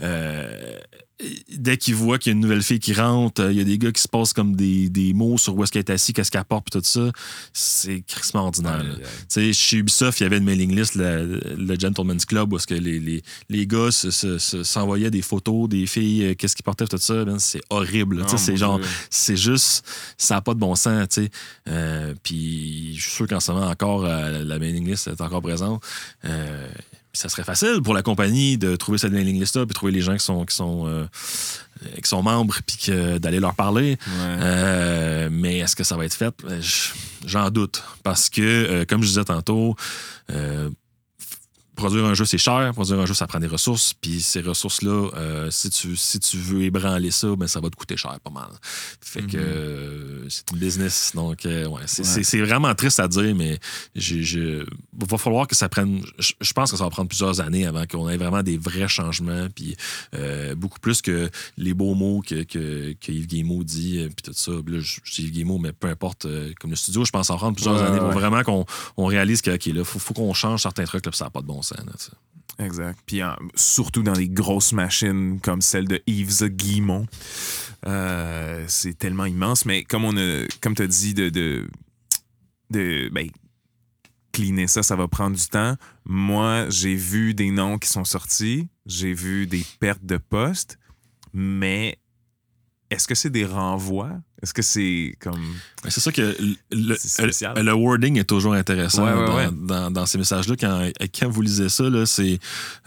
dès qu'ils voient qu'il y a une nouvelle fille qui rentre, il y a des gars qui se passent comme des mots sur où est-ce qu'elle est assise, qu'est-ce qu'elle porte, puis tout ça. C'est crissement ordinaire. Chez Ubisoft, il y avait une mailing list, le Gentleman's Club, où est-ce que les gars s'envoyaient des photos des filles, qu'est-ce qu'ils portaient, tout ça. Ben, c'est horrible. C'est juste, ça n'a pas de bon sens. Puis je suis sûr qu'en ce moment encore, la mailing list est encore présente. Ça serait facile pour la compagnie de trouver cette mailing list-là puis trouver les gens qui sont membres puis d'aller leur parler. Ouais. Mais est-ce que ça va être fait? J'en doute. Parce que, comme je disais tantôt, produire un jeu, c'est cher. Produire un jeu, ça prend des ressources. Puis ces ressources-là, si tu veux ébranler ça, ben ça va te coûter cher pas mal. Fait que c'est une business. Donc, c'est vraiment triste à dire, mais va falloir que ça prenne... Je pense que ça va prendre plusieurs années avant qu'on ait vraiment des vrais changements. Puis beaucoup plus que les beaux mots que Yves Guillemot dit. Puis tout ça. Puis là, je dis Yves Guillemot, mais peu importe. Comme le studio, je pense en prendre plusieurs années pour vraiment qu'on réalise que là, faut qu'on change certains trucs, là, puis ça n'a pas de bon sens. Là, exact. Puis surtout dans les grosses machines comme celle de Yves Guillemot, c'est tellement immense. Mais comme tu as dit, cleaner ça va prendre du temps. Moi, j'ai vu des noms qui sont sortis, j'ai vu des pertes de postes, mais est-ce que c'est des renvois? Est-ce que c'est comme... C'est ça que spécial. le wording est toujours intéressant Ouais. dans ces messages-là. Quand vous lisez ça, là, c'est...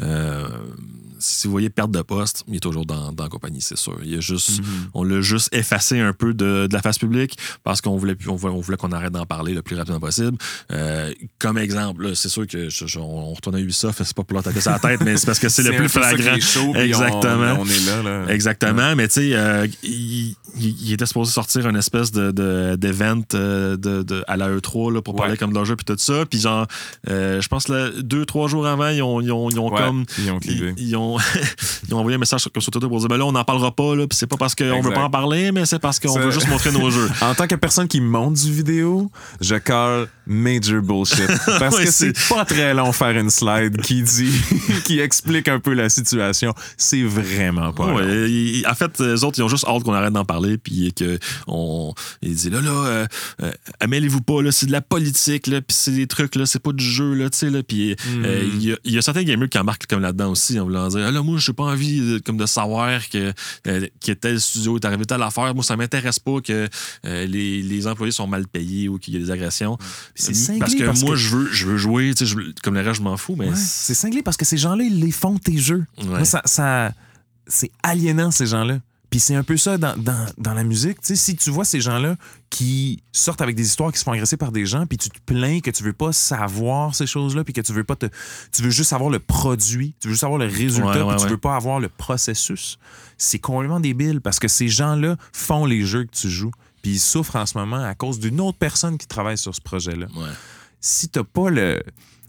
si vous voyez perte de poste, il est toujours dans la compagnie, c'est sûr. Il y a juste, on l'a juste effacé un peu de la face publique parce qu'on voulait qu'on arrête d'en parler le plus rapidement possible. Comme exemple, là, c'est sûr que on retourne à Ubisoft, c'est pas pour leur taper ça à la tête, mais c'est parce que c'est le plus flagrant. Exactement. On est là. Exactement, mais tu sais, il était supposé sortir une espèce d'event à la E3 là, pour parler comme de leur jeu puis tout ça. Puis genre, je pense 2-3 jours avant, ils ont comme... Ils ont clivé. Ils ont envoyé un message sur Twitter pour dire ben là, on n'en parlera pas, là, puis c'est pas parce qu'on veut pas en parler, mais c'est parce qu'on veut juste montrer nos jeux. En tant que personne qui monte du vidéo, je call major bullshit. Parce que c'est pas très long faire une slide qui explique un peu la situation. C'est vraiment pas long. En fait, les autres, ils ont juste hâte qu'on arrête d'en parler, puis ils disent mêlez-vous pas, là, c'est de la politique, là, puis c'est des trucs, là, c'est pas du jeu, là, tu sais, là, puis il y a certains gamers qui embarquent comme là-dedans aussi, en voulant dire là, moi, j'ai pas envie de savoir que tel studio est arrivé telle affaire. Moi, ça m'intéresse pas que les employés sont mal payés ou qu'il y a des agressions. C'est cinglé parce que moi, je veux jouer. Comme le reste, je m'en fous. Mais c'est cinglé parce que ces gens-là, ils les font tes jeux. Ouais. Moi, ça c'est aliénant, ces gens-là. Puis c'est un peu ça dans la musique. Tu sais, si tu vois ces gens-là qui sortent avec des histoires qui se font agresser par des gens, puis tu te plains que tu veux pas savoir ces choses-là, puis que tu veux pas tu veux juste avoir le produit, tu veux juste avoir le résultat, puis tu veux pas avoir le processus. C'est complètement débile parce que ces gens-là font les jeux que tu joues, puis ils souffrent en ce moment à cause d'une autre personne qui travaille sur ce projet-là. Ouais. Si t'as pas la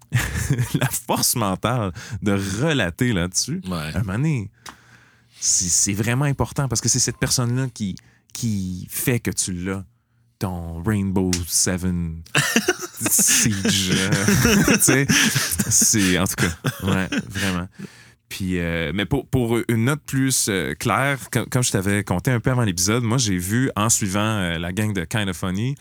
force mentale de relater là-dessus, à un moment donné, c'est vraiment important parce que c'est cette personne-là qui fait que tu l'as. Ton Rainbow Seven Siege. Tu sais, c'est en tout cas, ouais, vraiment. Puis, mais pour une note plus claire, comme je t'avais conté un peu avant l'épisode, moi j'ai vu en suivant la gang de Kinda Funny.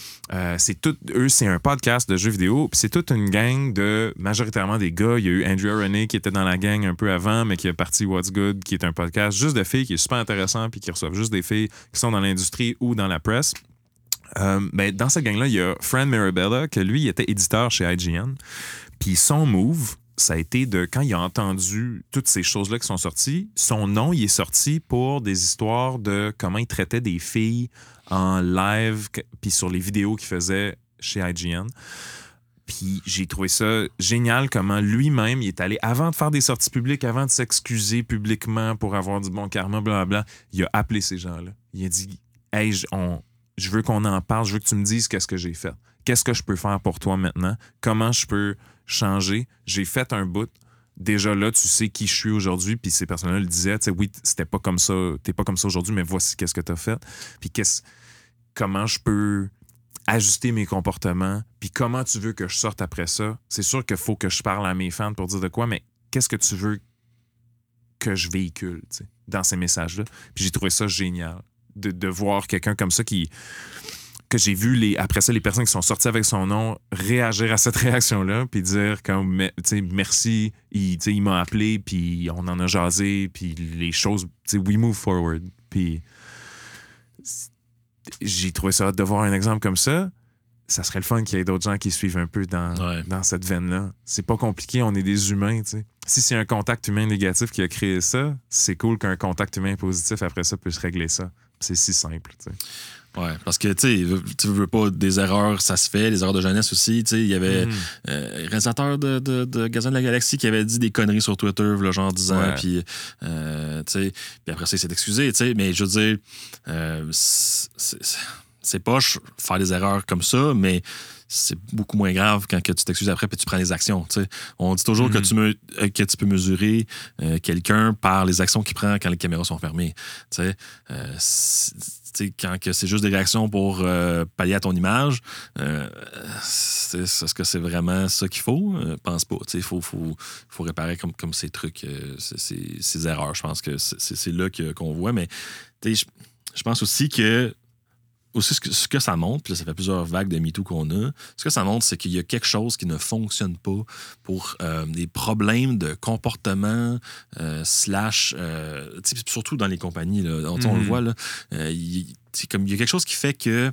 C'est un podcast de jeux vidéo, puis c'est toute une gang de majoritairement des gars. Il y a eu Andrea Renee qui était dans la gang un peu avant, mais qui est parti What's Good, qui est un podcast juste de filles qui est super intéressant, puis qui reçoivent juste des filles qui sont dans l'industrie ou dans la presse. Mais dans cette gang-là, il y a Fran Mirabella, que lui, il était éditeur chez IGN. Puis son move, ça a été quand il a entendu toutes ces choses-là qui sont sorties, son nom, il est sorti pour des histoires de comment il traitait des filles en live, puis sur les vidéos qu'il faisait chez IGN. Puis j'ai trouvé ça génial comment lui-même, il est allé, avant de faire des sorties publiques, avant de s'excuser publiquement pour avoir du bon karma, blablabla, il a appelé ces gens-là. Il a dit « Hey, je veux qu'on en parle, je veux que tu me dises qu'est-ce que j'ai fait. Qu'est-ce que je peux faire pour toi maintenant? Comment je peux changer? J'ai fait un bout. Déjà là, tu sais qui je suis aujourd'hui. » Puis ces personnes-là le disaient, tu sais, oui, c'était pas comme ça, t'es pas comme ça aujourd'hui, mais voici qu'est-ce que t'as fait. Puis comment je peux ajuster mes comportements, puis comment tu veux que je sorte après ça. C'est sûr qu'il faut que je parle à mes fans pour dire de quoi, mais qu'est-ce que tu veux que je véhicule, tu sais, dans ces messages-là? Puis j'ai trouvé ça génial de voir quelqu'un comme ça que j'ai vu après ça les personnes qui sont sorties avec son nom réagir à cette réaction-là, puis dire comme, tu sais, merci, il m'a appelé, puis on en a jasé, puis les choses, tu sais, we move forward. Puis j'ai trouvé ça hâte de voir un exemple comme ça. Ça serait le fun qu'il y ait d'autres gens qui suivent un peu dans cette veine-là. C'est pas compliqué, on est des humains, tu sais. Si c'est un contact humain négatif qui a créé ça, c'est cool qu'un contact humain positif après ça puisse régler ça. C'est si simple, tu sais. Ouais, parce que tu veux pas des erreurs, ça se fait, les erreurs de jeunesse aussi. Il y avait le réalisateur de Gardiens de la Galaxie qui avait dit des conneries sur Twitter, là, genre 10 ans, puis après ça, il s'est excusé, mais je veux dire, c'est poche faire des erreurs comme ça, mais c'est beaucoup moins grave quand que tu t'excuses après et tu prends les actions. T'sais. On dit toujours que tu peux mesurer quelqu'un par les actions qu'il prend quand les caméras sont fermées. Quand que c'est juste des réactions pour pallier à ton image, est-ce que c'est vraiment ça qu'il faut? Pense pas. Il faut réparer comme ces trucs, ces erreurs. Je pense que c'est là qu'on voit. Mais je pense aussi que aussi, ce que ça montre, puis là, ça fait plusieurs vagues de MeToo qu'on a, ce que ça montre, c'est qu'il y a quelque chose qui ne fonctionne pas pour des problèmes de comportement slash... surtout dans les compagnies, là, on le voit, là, comme il y a quelque chose qui fait que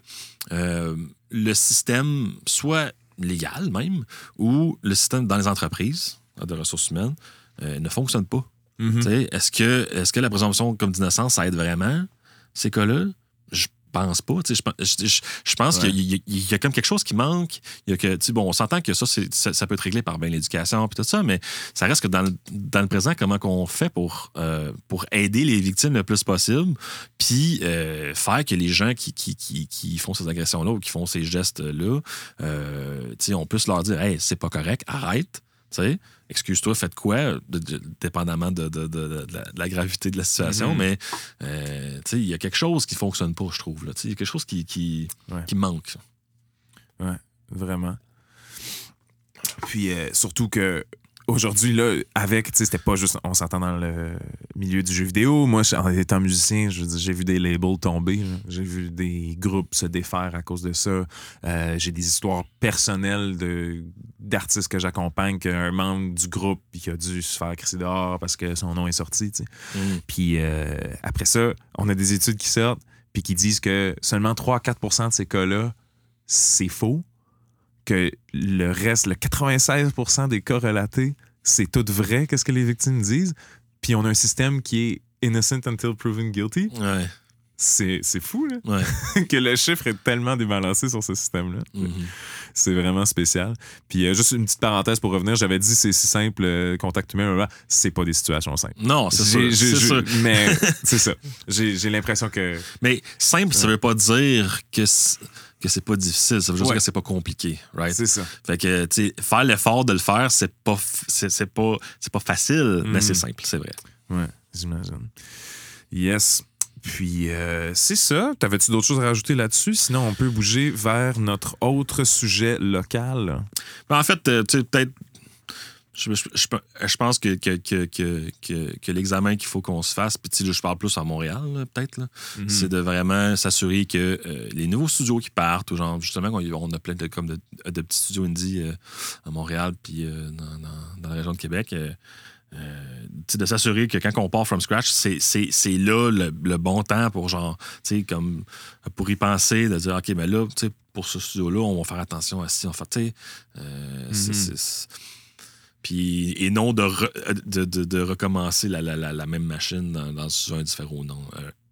le système, soit légal même, ou le système dans les entreprises de ressources humaines, ne fonctionne pas. Est-ce que la présomption comme d'innocence, ça aide vraiment ces cas-là? Je pense pas. Je pense qu'il y a comme quelque chose qui manque. Il y a que, on s'entend que ça peut être réglé par l'éducation et tout ça, mais ça reste que dans le présent, comment on fait pour aider les victimes le plus possible, puis faire que les gens qui font ces agressions-là ou qui font ces gestes-là, on puisse leur dire « Hey, c'est pas correct, arrête ». Excuse-toi, faites quoi, dépendamment de la gravité de la situation, mais il y a quelque chose qui ne fonctionne pas, je trouve. Il y a quelque chose qui manque. Oui, vraiment. Puis surtout que aujourd'hui, là, c'était pas juste, on s'entend dans le milieu du jeu vidéo. Moi, en étant musicien, je veux dire, j'ai vu des labels tomber. Là. J'ai vu des groupes se défaire à cause de ça. J'ai des histoires personnelles d'artistes que j'accompagne, qu'un membre du groupe qui a dû se faire crisser dehors parce que son nom est sorti. Puis après ça, on a des études qui sortent puis qui disent que seulement 3-4% de ces cas-là, c'est faux. Que le reste, le 96% des cas relatés, c'est tout vrai, qu'est-ce que les victimes disent. Puis on a un système qui est innocent until proven guilty. Ouais. C'est fou, là. Ouais. Que le chiffre est tellement débalancé sur ce système-là. C'est vraiment spécial. Puis juste une petite parenthèse pour revenir, j'avais dit c'est si simple, contact humain, c'est pas des situations simples. Non, c'est sûr. Mais c'est ça. J'ai l'impression que... Mais simple, ça veut pas dire que c'est pas difficile, ça veut juste dire que c'est pas compliqué, right? C'est ça. Fait que, tu sais, faire l'effort de le faire, c'est pas facile, mais c'est simple, c'est vrai. Ouais, j'imagine. Yes. Puis, c'est ça. T'avais-tu d'autres choses à rajouter là-dessus? Sinon, on peut bouger vers notre autre sujet local. Ben, en fait, tu sais, peut-être... Je pense que l'examen qu'il faut qu'on se fasse, puis je parle plus à Montréal, là, peut-être, là, c'est de vraiment s'assurer que les nouveaux studios qui partent, ou genre, justement, on a plein de petits studios indie à Montréal, puis dans la région de Québec, de s'assurer que quand on part from scratch, c'est là le bon temps pour genre, comme pour y penser, de dire, OK, ben là, pour ce studio-là, on va faire attention à ci, on va faire, puis, et non de recommencer la même machine dans un différent nom.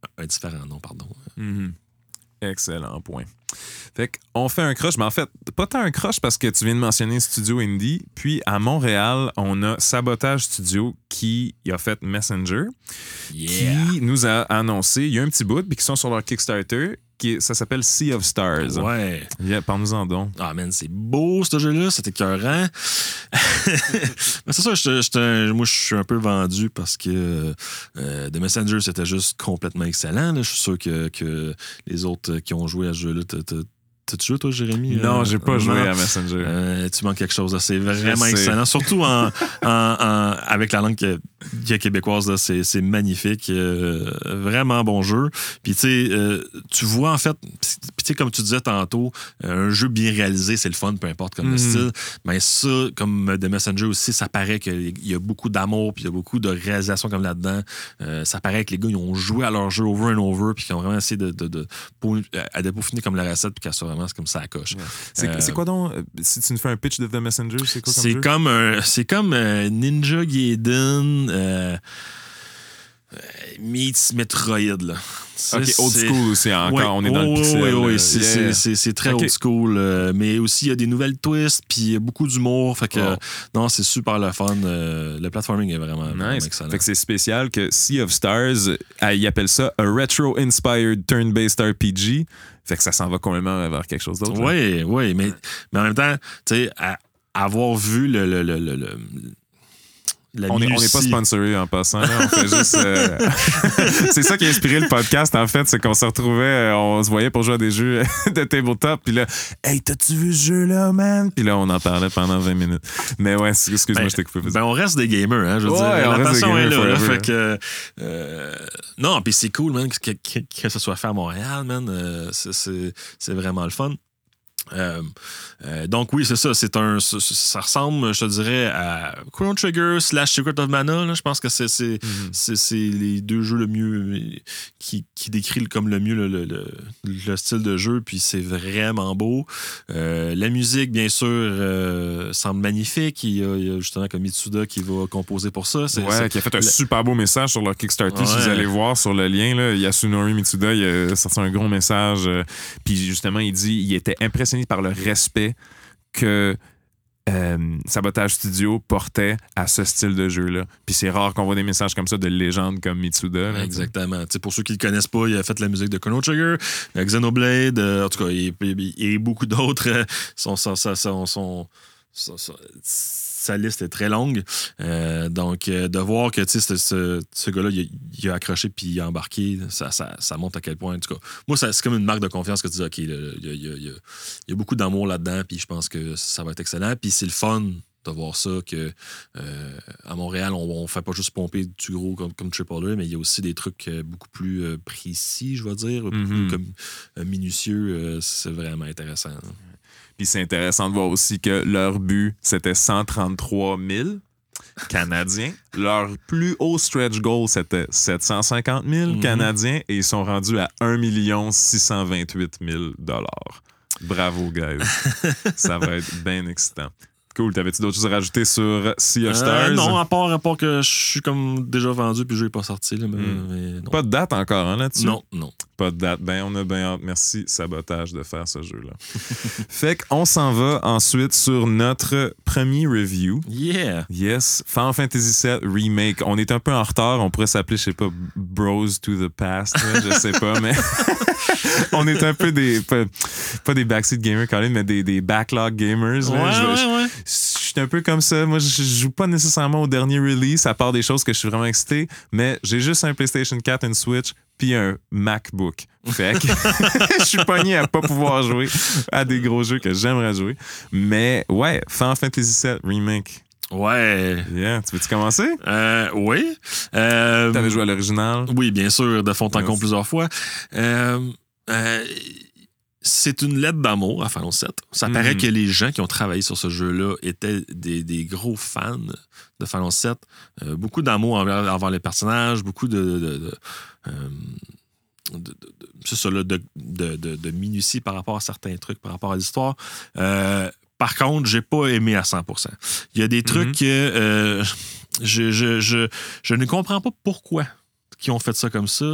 Excellent point. Fait qu'on fait un crush, mais en fait, pas tant un crush parce que tu viens de mentionner Studio Indie. Puis à Montréal, on a Sabotage Studio qui a fait Messenger, qui nous a annoncé, il y a un petit bout, puis qui sont sur leur Kickstarter, ça s'appelle Sea of Stars. Ouais. Yeah, parle-nous-en donc. Ah, man, c'est beau, ce jeu-là. C'était écœurant. Mais c'est ça, moi, je suis un peu vendu parce que The Messenger, c'était juste complètement excellent. Là. Je suis sûr que les autres qui ont joué à ce jeu-là, t'as-tu joué, toi, Jérémy? Non, j'ai pas joué à Messenger. Tu manques quelque chose. C'est vraiment excellent. Surtout avec la langue québécoise, là, c'est magnifique. Vraiment bon jeu. Puis, tu vois, en fait, comme tu disais tantôt, un jeu bien réalisé, c'est le fun, peu importe comme le style. Mais ça, comme The Messenger aussi, ça paraît qu'il y a beaucoup d'amour, puis il y a beaucoup de réalisation comme là-dedans. Ça paraît que les gars, ils ont joué à leur jeu over and over, puis qu'ils ont vraiment essayé de peaufiner comme la recette, puis qu'elle soit vraiment comme ça à coche. Ouais. C'est quoi donc, si tu nous fais un pitch de The Messenger, c'est quoi comme jeu? C'est comme Ninja Gaiden meets Metroid, là. OK, old school aussi encore, on est dans le pixel. Oui, c'est très old school, mais aussi il y a des nouvelles twists, puis il y a beaucoup d'humour, fait que non, c'est super le fun. Le platforming est vraiment excellent. Fait que c'est spécial que Sea of Stars, ils appellent ça a retro-inspired turn-based RPG, fait que ça s'en va complètement vers quelque chose d'autre. Oui, mais en même temps, tu sais, avoir vu On n'est pas sponsoré en passant. Là. On fait juste. C'est ça qui a inspiré le podcast, en fait. C'est qu'on se retrouvait, on se voyait pour jouer à des jeux de tabletop. Puis là, hey, t'as-tu vu ce jeu-là, man? Puis là, on en parlait pendant 20 minutes. Mais ouais, excuse-moi, je t'ai coupé. On reste des gamers, hein. Je veux dire, la passion est là. Fait que. Non, puis c'est cool, man, que ça soit fait à Montréal, man. C'est vraiment le fun. Donc oui, c'est ça. Ça ressemble, je te dirais, à Chrono Trigger / Secret of Mana. Là. Je pense que c'est les deux jeux le mieux qui décrit comme le mieux le style de jeu. Puis c'est vraiment beau. La musique, bien sûr, semble magnifique. Il y a justement comme Mitsuda qui va composer pour ça. Qui a fait un super beau message sur leur Kickstarter. Si vous allez voir sur le lien, là, Yasunori Mitsuda, il a sorti un gros message. Puis justement, il dit il était impressionné par le respect que Sabotage Studio portait à ce style de jeu-là. Puis c'est rare qu'on voit des messages comme ça de légendes comme Mitsuda. Là, exactement. T'sais, pour ceux qui ne le connaissent pas, il a fait la musique de Chrono Trigger, Xenoblade, en tout cas, il y a beaucoup d'autres. Sa liste est très longue. Donc, de voir que ce gars-là, il a accroché puis il a embarqué, ça montre à quel point. En tout cas, moi, c'est comme une marque de confiance que tu dis, OK, il y a beaucoup d'amour là-dedans, puis je pense que ça va être excellent. Puis c'est le fun de voir ça que à Montréal, on fait pas juste pomper du gros comme AAA, mais il y a aussi des trucs beaucoup plus précis, je vais dire, comme minutieux. C'est vraiment intéressant. Hein. Puis c'est intéressant de voir aussi que leur but, c'était 133 000 Canadiens. Leur plus haut stretch goal, c'était 750 000 Canadiens et ils sont rendus à 1 628 000 $. Bravo, guys. Ça va être bien excitant. Cool. T'avais-tu d'autres choses à rajouter sur Sea of Stars? Non, à part que je suis comme déjà vendu puis le jeu n'est pas sorti. Là, mais non. Pas de date encore hein, là-dessus? Non. Pas de date. Ben, on a bien hâte. Merci, Sabotage, de faire ce jeu-là. Fait qu'on s'en va ensuite sur notre premier review. Yeah! Yes. Final Fantasy VII Remake. On est un peu en retard. On pourrait s'appeler, je sais pas, Bros to the Past. Là, je sais pas, mais... on est un peu des... Pas des backseat gamers, Colin, mais des backlog gamers. Ouais. Je suis un peu comme ça. Moi, je joue pas nécessairement au dernier release, à part des choses que je suis vraiment excité, mais j'ai juste un PlayStation 4, une Switch, puis un MacBook. Fait que je suis pogné à pas pouvoir jouer à des gros jeux que j'aimerais jouer. Mais ouais, Final Fantasy VII Remake. Ouais. Yeah. Tu veux-tu commencer? Oui. T'avais joué à l'original? Oui, bien sûr, de fond en comble plusieurs fois. C'est une lettre d'amour à Final 7. Ça paraît que les gens qui ont travaillé sur ce jeu-là étaient des gros fans de Final 7. Beaucoup d'amour envers les personnages, beaucoup de minutie par rapport à certains trucs, par rapport à l'histoire. Par contre, j'ai pas aimé à 100%. Il y a des trucs que je ne comprends pas pourquoi ils ont fait ça comme ça.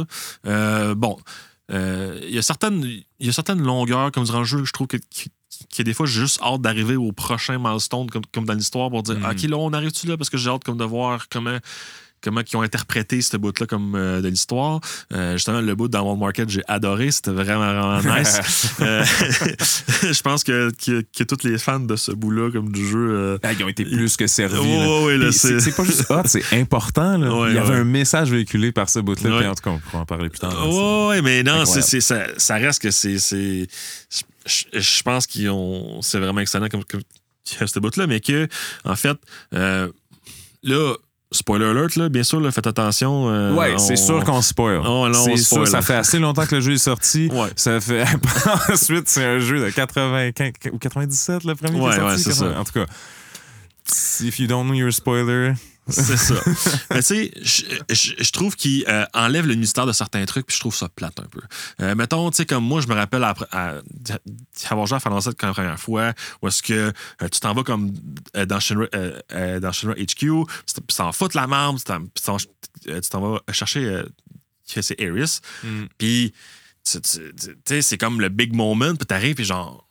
Il y a certaines longueurs comme durant le jeu que je trouve que des fois j'ai juste hâte d'arriver au prochain milestone comme dans l'histoire pour dire OK, là on arrive-tu là parce que j'ai hâte comme de voir comment ils ont interprété ce bout-là comme de l'histoire. Justement, le bout dans World Market, j'ai adoré. C'était vraiment nice. Je pense que tous les fans de ce bout-là, comme du jeu... ils ont été plus que servis. C'est pas juste hot, c'est important. Là. Il y avait un message véhiculé par ce bout-là. Puis en tout cas, on pourra en parler plus tard. Oui, mais non, ça reste que c'est... Je pense c'est vraiment excellent comme ce bout-là, mais que, en fait, là... Spoiler alert, là, bien sûr, là, faites attention. C'est sûr qu'on spoil. C'est sûr, ça fait assez longtemps que le jeu est sorti. Ouais. Ça fait... Ensuite, c'est un jeu de 95 ou 97, le premier qui est sorti. C'est ça. En tout cas, if you don't know your spoiler... C'est ça. Mais tu sais, je trouve qu'il enlève le mystère de certains trucs, puis je trouve ça plate un peu. Mettons, tu sais, comme moi, je me rappelle avoir joué à Final 7 la première fois, où est-ce que tu t'en vas comme dans Shinra HQ, tu t'en fous de la marde, tu t'en vas chercher c'est Aeris, puis... Tu sais, c'est comme le big moment, puis t'arrives, puis genre,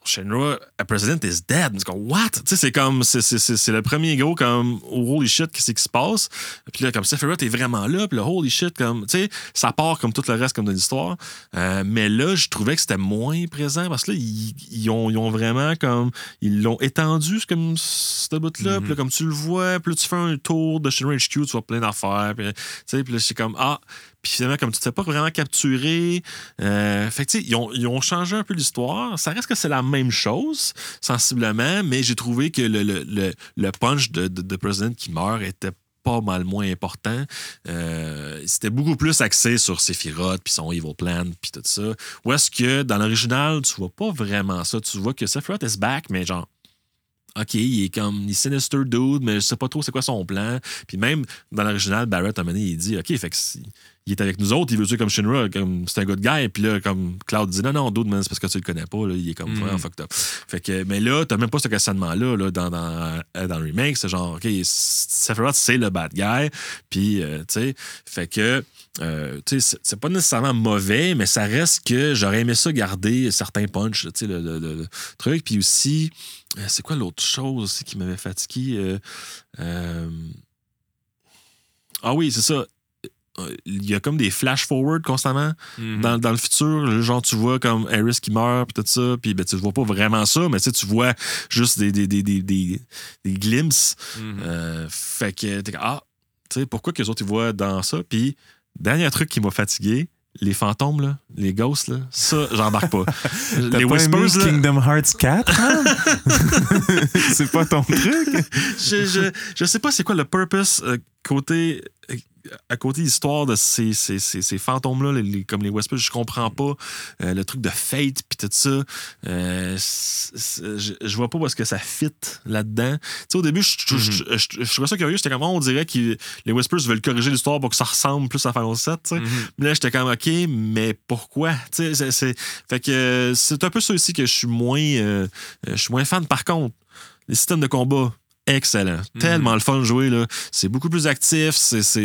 Shenra, a president is dead. C'est comme, what? Tu sais, c'est comme, c'est le premier gros, comme, oh, holy shit, qu'est-ce qui se passe? Puis là, comme, Sephiroth est vraiment là, puis là, holy shit, comme, tu sais, ça part comme tout le reste, comme de l'histoire. Mais là, je trouvais que c'était moins présent, parce que là, ils ont vraiment, comme, ils l'ont étendu, comme, ce bout-là, puis là, comme tu le vois, puis là, tu fais un tour de Shenra HQ, tu vois plein d'affaires, puis, tu sais, puis là, c'est comme, puis finalement, comme tu ne t'es pas vraiment capturé, fait que tu sais, ils ont changé un peu l'histoire. Ça reste que c'est la même chose, sensiblement, mais j'ai trouvé que le punch de President qui meurt était pas mal moins important. C'était beaucoup plus axé sur Sephiroth, puis son evil plan, puis tout ça. Ou est-ce que dans l'original, tu vois pas vraiment ça? Tu vois que Sephiroth is back, mais genre, OK, il est sinister dude, mais je sais pas trop c'est quoi son plan. Puis même dans l'original, Barrett, à un moment donné, il dit OK, fait que il est avec nous autres, il veut tuer comme Shinra, comme c'est un good guy. Puis là, comme Cloud dit non, dude, man, c'est parce que tu le connais pas. Là, il est comme vraiment fucked up. Fait que, mais là, t'as même pas ce questionnement-là là, dans le remake. C'est genre, OK, Sephiroth, c'est le bad guy. Puis, tu sais, fait que. Tu sais, c'est pas nécessairement mauvais, mais ça reste que j'aurais aimé ça garder certains punchs, tu sais, le truc. Puis aussi, c'est quoi l'autre chose aussi qui m'avait fatigué? Ah oui, c'est ça. Il y a comme des flash-forward constamment dans le futur. Genre, tu vois comme Aerith qui meurt, puis tout ça, puis ben, tu vois pas vraiment ça, mais tu vois juste des glimpses. Fait que t'es comme, tu sais, pourquoi que les autres ils voient dans ça? Puis, dernier truc qui m'a fatigué, les fantômes, là, les ghosts, là, ça, j'embarque pas. Les Whispers, là... Kingdom Hearts 4, hein? C'est pas ton truc? Je sais pas c'est quoi le purpose à côté histoire de ces fantômes-là, comme les Whispers, je comprends pas le truc de fate puis tout ça. Je vois pas où est-ce que ça fit là-dedans. Tu sais, au début, je trouvais ça curieux. J'étais comme, on dirait que les Whispers veulent corriger l'histoire pour que ça ressemble plus à Final 7. Tu sais. Mais là, j'étais comme, OK, mais pourquoi? Tu sais, fait que c'est un peu ça aussi que je suis moins fan. Par contre, les systèmes de combat, excellent. Tellement le fun de jouer, là. C'est beaucoup plus actif.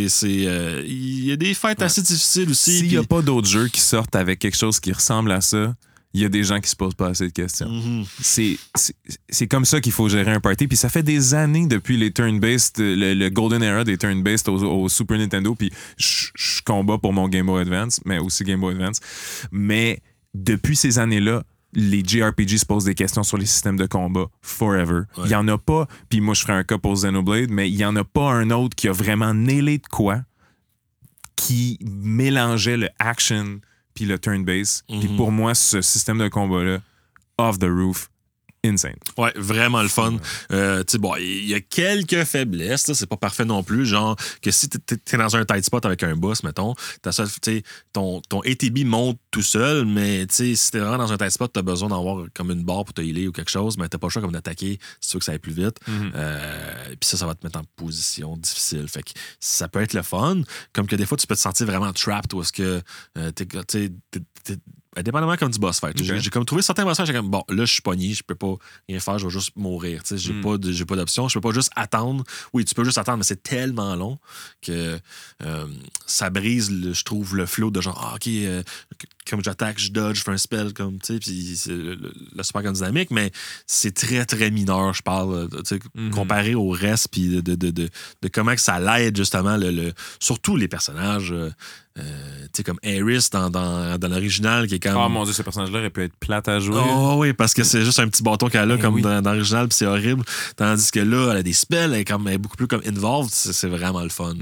Il y a des fights assez difficiles aussi. S'il n'y a pas d'autres jeux qui sortent avec quelque chose qui ressemble à ça, il y a des gens qui se posent pas assez de questions. C'est comme ça qu'il faut gérer un party. Puis ça fait des années depuis les turn-based, le golden era des turn-based au Super Nintendo. Puis je combats pour mon Game Boy Advance, mais aussi Game Boy Advance. Mais depuis ces années-là, les JRPG se posent des questions sur les systèmes de combat forever. Il n'y en a pas, puis moi je ferais un cas pour Xenoblade, mais il n'y en a pas un autre qui a vraiment nailé de quoi qui mélangeait le action puis le turn-based. Puis pour moi, ce système de combat-là, off the roof, insane. Ouais, vraiment le fun. Tu sais, bon, il y a quelques faiblesses, là, c'est pas parfait non plus. Genre, que si t'es dans un tight spot avec un boss, mettons, ton ATB monte tout seul, mais tu sais, si t'es vraiment dans un tight spot, t'as besoin d'avoir comme une barre pour te healer ou quelque chose, mais t'as pas le choix comme d'attaquer si tu veux que ça aille plus vite. Puis ça va te mettre en position difficile. Fait que ça peut être le fun, comme que des fois, tu peux te sentir vraiment trapped ou est-ce que t'es dépendamment comme du boss fight. Okay. J'ai comme trouvé certains boss fights, j'ai comme, bon, là, je suis pogné, je peux pas rien faire, je vais juste mourir. J'ai pas d'option, je peux pas juste attendre. Oui, tu peux juste attendre, mais c'est tellement long que ça brise, je trouve, le flow de genre, OK, comme j'attaque, je dodge, je fais un spell, comme, tu sais, puis c'est le super comme dynamique, mais c'est très, très mineur, je parle, comparé au reste, puis de comment que ça l'aide, justement, surtout les personnages. Tu sais, comme Aerith dans l'original qui est comme... Oh mon Dieu, ce personnage-là aurait pu être plate à jouer. Oh oui, parce que c'est juste un petit bâton qu'elle a comme dans l'original, puis c'est horrible. Tandis que là, elle a des spells, elle est beaucoup plus comme involved. C'est vraiment le fun.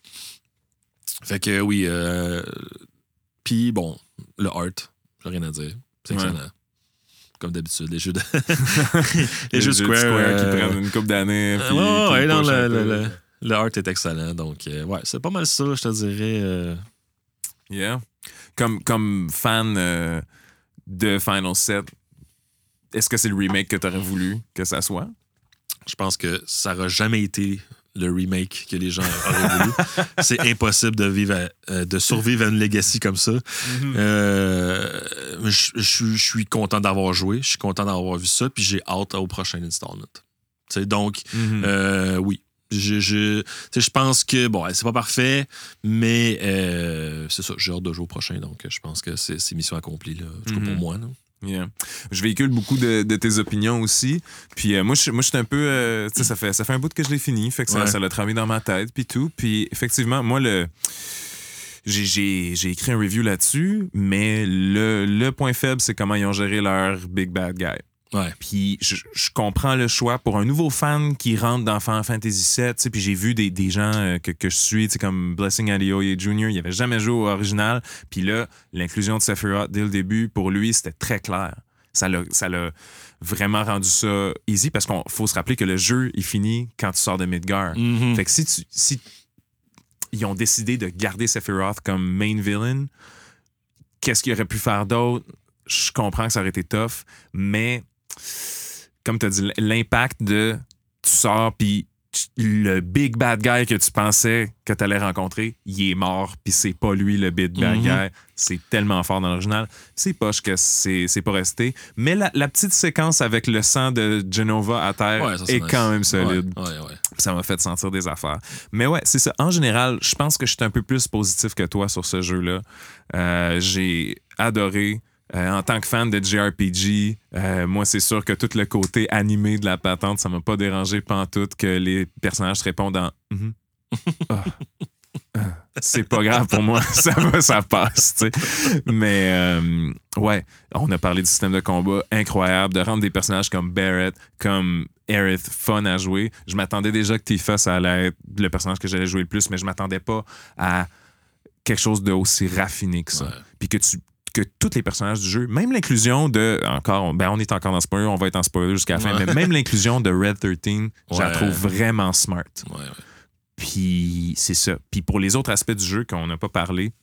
Fait que oui. Puis bon, le art, j'ai rien à dire. C'est excellent. Comme d'habitude, les jeux de... les jeux Square qui prennent une couple d'années. Ouais, non, le art est excellent. Donc, ouais, c'est pas mal ça, je te dirais. Yeah. Comme fan de Final 7, est-ce que c'est le remake que tu aurais voulu que ça soit? Je pense que ça n'aura jamais été le remake que les gens auraient voulu. C'est impossible de survivre à une legacy comme ça. Je suis content d'avoir joué, je suis content d'avoir vu ça, puis j'ai hâte au prochain installment. T'sais, donc, oui. Je pense que, bon, c'est pas parfait, mais c'est ça, j'ai hâte de jouer au prochain, donc je pense que c'est mission accomplie, là, en tout cas pour moi. Là. Yeah. Je véhicule beaucoup de tes opinions aussi. Puis moi, je suis un peu... tu sais, ça fait un bout que je l'ai fini. Fait que ça l'a travaillé dans ma tête, puis tout. Puis effectivement, moi, j'ai écrit un review là-dessus, mais le point faible, c'est comment ils ont géré leur Big Bad Guy. Ouais. Puis je comprends le choix pour un nouveau fan qui rentre dans Final Fantasy VII. Puis j'ai vu des gens que je suis, comme Blessing Adeoye Jr., il avait jamais joué au original. Puis là, l'inclusion de Sephiroth dès le début, pour lui, c'était très clair. Ça l'a vraiment rendu ça easy parce qu'il faut se rappeler que le jeu, il finit quand tu sors de Midgar. Mm-hmm. Fait que si ils ont décidé de garder Sephiroth comme main villain, qu'est-ce qu'il aurait pu faire d'autre? Je comprends que ça aurait été tough, mais comme tu as dit, l'impact de tu sors puis le big bad guy que tu pensais que tu allais rencontrer, il est mort puis c'est pas lui le big bad guy. C'est tellement fort dans l'original. C'est poche que c'est pas resté. Mais la petite séquence avec le sang de Jenova à terre est quand même solide. Ouais. Ça m'a fait sentir des affaires. Mais ouais, c'est ça. En général, je pense que je suis un peu plus positif que toi sur ce jeu-là. J'ai adoré. En tant que fan de JRPG, moi, c'est sûr que tout le côté animé de la patente, ça m'a pas dérangé pantoute que les personnages se répondent en c'est pas grave pour moi, ça passe, tu sais. Mais ouais, on a parlé du système de combat incroyable, de rendre des personnages comme Barrett, comme Aerith fun à jouer. Je m'attendais déjà que Tifa, ça allait être le personnage que j'allais jouer le plus, mais je m'attendais pas à quelque chose d'aussi raffiné que ça. Puis que tous les personnages du jeu, même l'inclusion de... on est encore dans spoiler, on va être en spoiler jusqu'à la fin, mais même l'inclusion de Red 13, je la trouve vraiment smart. Ouais. Puis c'est ça. Puis pour les autres aspects du jeu qu'on n'a pas parlé,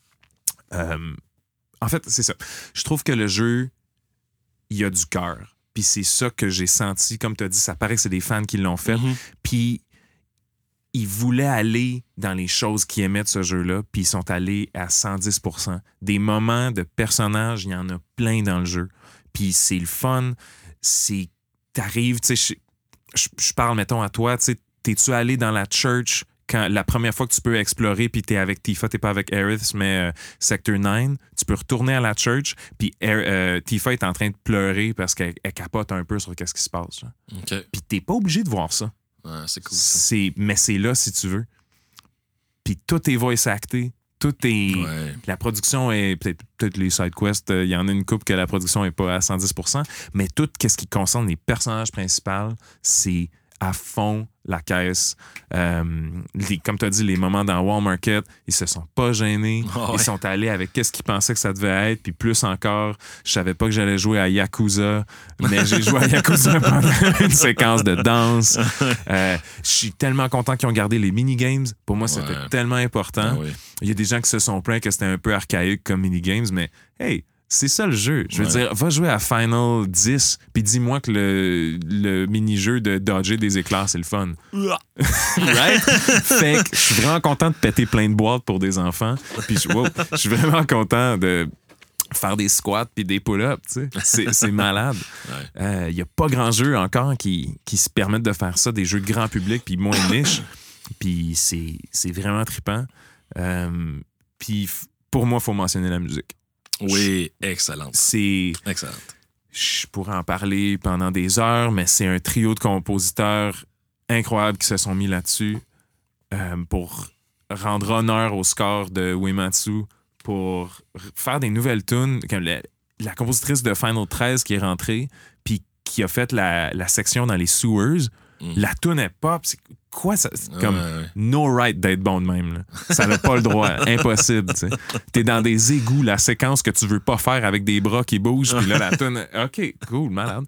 en fait, c'est ça. Je trouve que le jeu, il y a du cœur. Puis c'est ça que j'ai senti. Comme tu as dit, ça paraît que c'est des fans qui l'ont fait. Puis ils voulaient aller dans les choses qu'ils aimaient de ce jeu-là, puis ils sont allés à 110%. Des moments de personnages, il y en a plein dans le jeu. Puis c'est le fun. T'arrives, tu sais, je parle, mettons, à toi, tu sais, t'es-tu allé dans la church quand la première fois que tu peux explorer, puis t'es avec Tifa, t'es pas avec Aerith, mais Sector 9, tu peux retourner à la church, puis Tifa est en train de pleurer parce qu'elle capote un peu sur qu'est-ce qui se passe. Okay. Puis t'es pas obligé de voir ça. Ouais, c'est cool. Ça. Mais c'est là si tu veux. Puis tout est voice acté. Tout est... Ouais. La production est... Peut-être les side quests, il y en a une couple que la production est pas à 110%, mais tout ce qui concerne les personnages principaux, c'est à fond la caisse. Comme tu as dit, les moments dans Wall Market, ils se sont pas gênés. Ils sont allés avec qu'est-ce qu'ils pensaient que ça devait être. Puis plus encore, je savais pas que j'allais jouer à Yakuza, mais j'ai joué à Yakuza pendant une séquence de danse. Je suis tellement content qu'ils ont gardé les mini-games. Pour moi, c'était tellement important. Il y a des gens qui se sont plaints que c'était un peu archaïque comme mini-games, mais hey, c'est ça le jeu. Je veux dire, va jouer à Final 10 puis dis-moi que le mini-jeu de dodger des éclairs, c'est le fun. Right? Fait que je suis vraiment content de péter plein de boîtes pour des enfants. Puis je suis vraiment content de faire des squats puis des pull-ups. Tu sais. C'est malade. Il n'y a pas grand jeu encore qui se permettent de faire ça, des jeux de grand public puis moins niche. Puis c'est vraiment trippant. Puis pour moi, il faut mentionner la musique. Oui, excellente. C'est... Excellente. Je pourrais en parler pendant des heures, mais c'est un trio de compositeurs incroyables qui se sont mis là-dessus pour rendre honneur au score de Uematsu, pour faire des nouvelles tunes. Comme la compositrice de Final 13 qui est rentrée, puis qui a fait la section dans les sewers, la tune est pop. C'est quoi ça? C'est comme no right d'être bon de même. Là. Ça n'a pas le droit. Impossible. Tu sais. T'es dans des égouts, la séquence que tu veux pas faire avec des bras qui bougent, puis là, la tune... OK, cool, malade.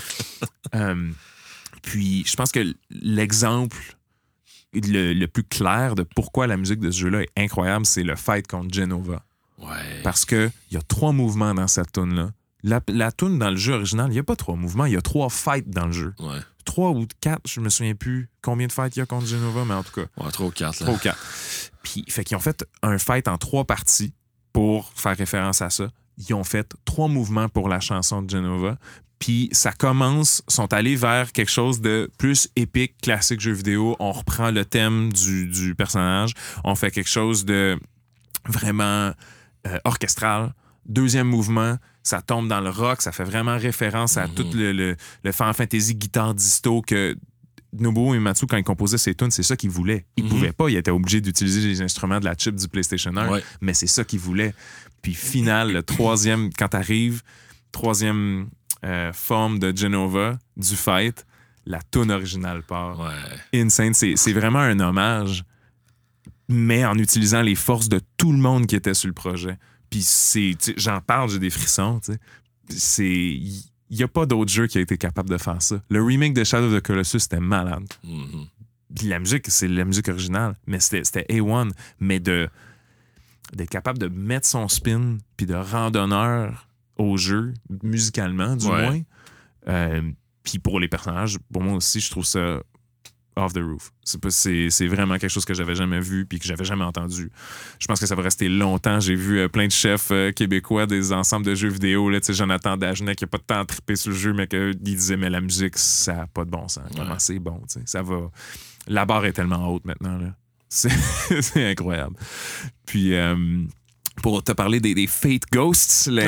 Puis, je pense que l'exemple le plus clair de pourquoi la musique de ce jeu-là est incroyable, c'est le fight contre Jenova. Ouais. Parce qu'il y a 3 mouvements dans cette tune-là. La tune dans le jeu original, il n'y a pas 3 mouvements, il y a 3 fights dans le jeu. Ouais. 3 ou 4, je me souviens plus combien de fights il y a contre Jenova, mais en tout cas. Ouais, 3 ou 4. 3 ou 4. Puis, fait qu'ils ont fait un fight en 3 parties pour faire référence à ça. Ils ont fait 3 mouvements pour la chanson de Jenova. Puis ça commence, sont allés vers quelque chose de plus épique, classique jeu vidéo. On reprend le thème du personnage. On fait quelque chose de vraiment orchestral. Deuxième mouvement, ça tombe dans le rock, ça fait vraiment référence à tout le Final Fantasy guitare disto que Nobuo Uematsu, quand il composait ses tunes, c'est ça qu'il voulait. Il pouvait pas, il était obligé d'utiliser les instruments de la chip du PlayStation 1, mais c'est ça qu'il voulait. Puis final, le troisième, quand t'arrives, troisième forme de Genova, du fight, la tune originale part. Insane, c'est vraiment un hommage, mais en utilisant les forces de tout le monde qui était sur le projet. Puis j'en parle, j'ai des frissons, tu sais. Il n'y a pas d'autre jeu qui a été capable de faire ça. Le remake de Shadow of the Colossus, c'était malade. Puis la musique, c'est la musique originale, mais c'était A1. Mais d'être capable de mettre son spin puis de rendre honneur au jeu, musicalement, du moins. Puis pour les personnages, pour moi aussi, je trouve ça off the roof. C'est vraiment quelque chose que j'avais jamais vu puis que j'avais jamais entendu. Je pense que ça va rester longtemps. J'ai vu plein de chefs québécois des ensembles de jeux vidéo. Là, Jonathan Dagenet qui n'a pas de temps à triper sur le jeu, mais qu'il disait mais la musique, ça n'a pas de bon sens. Comment c'est bon, t'sais. Ça va. La barre est tellement haute maintenant. Là. C'est incroyable. Puis pour te parler des Fate Ghosts, la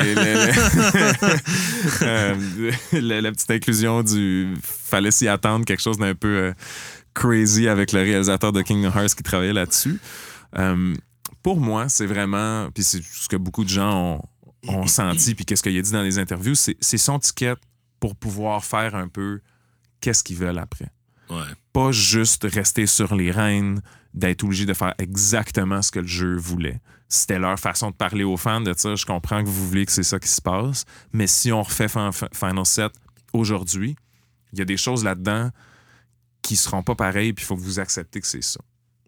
petite inclusion du fallait s'y attendre, quelque chose d'un peu crazy avec le réalisateur de Kingdom Hearts qui travaillait là-dessus. Pour moi, c'est vraiment, puis c'est ce que beaucoup de gens ont senti, puis qu'est-ce qu'il a dit dans les interviews, c'est son ticket pour pouvoir faire un peu qu'est-ce qu'ils veulent après. Pas juste rester sur les rênes, d'être obligé de faire exactement ce que le jeu voulait. C'était leur façon de parler aux fans, de dire, je comprends que vous voulez que c'est ça qui se passe, mais si on refait Final 7 aujourd'hui, il y a des choses là-dedans qui seront pas pareilles, puis il faut que vous acceptez que c'est ça.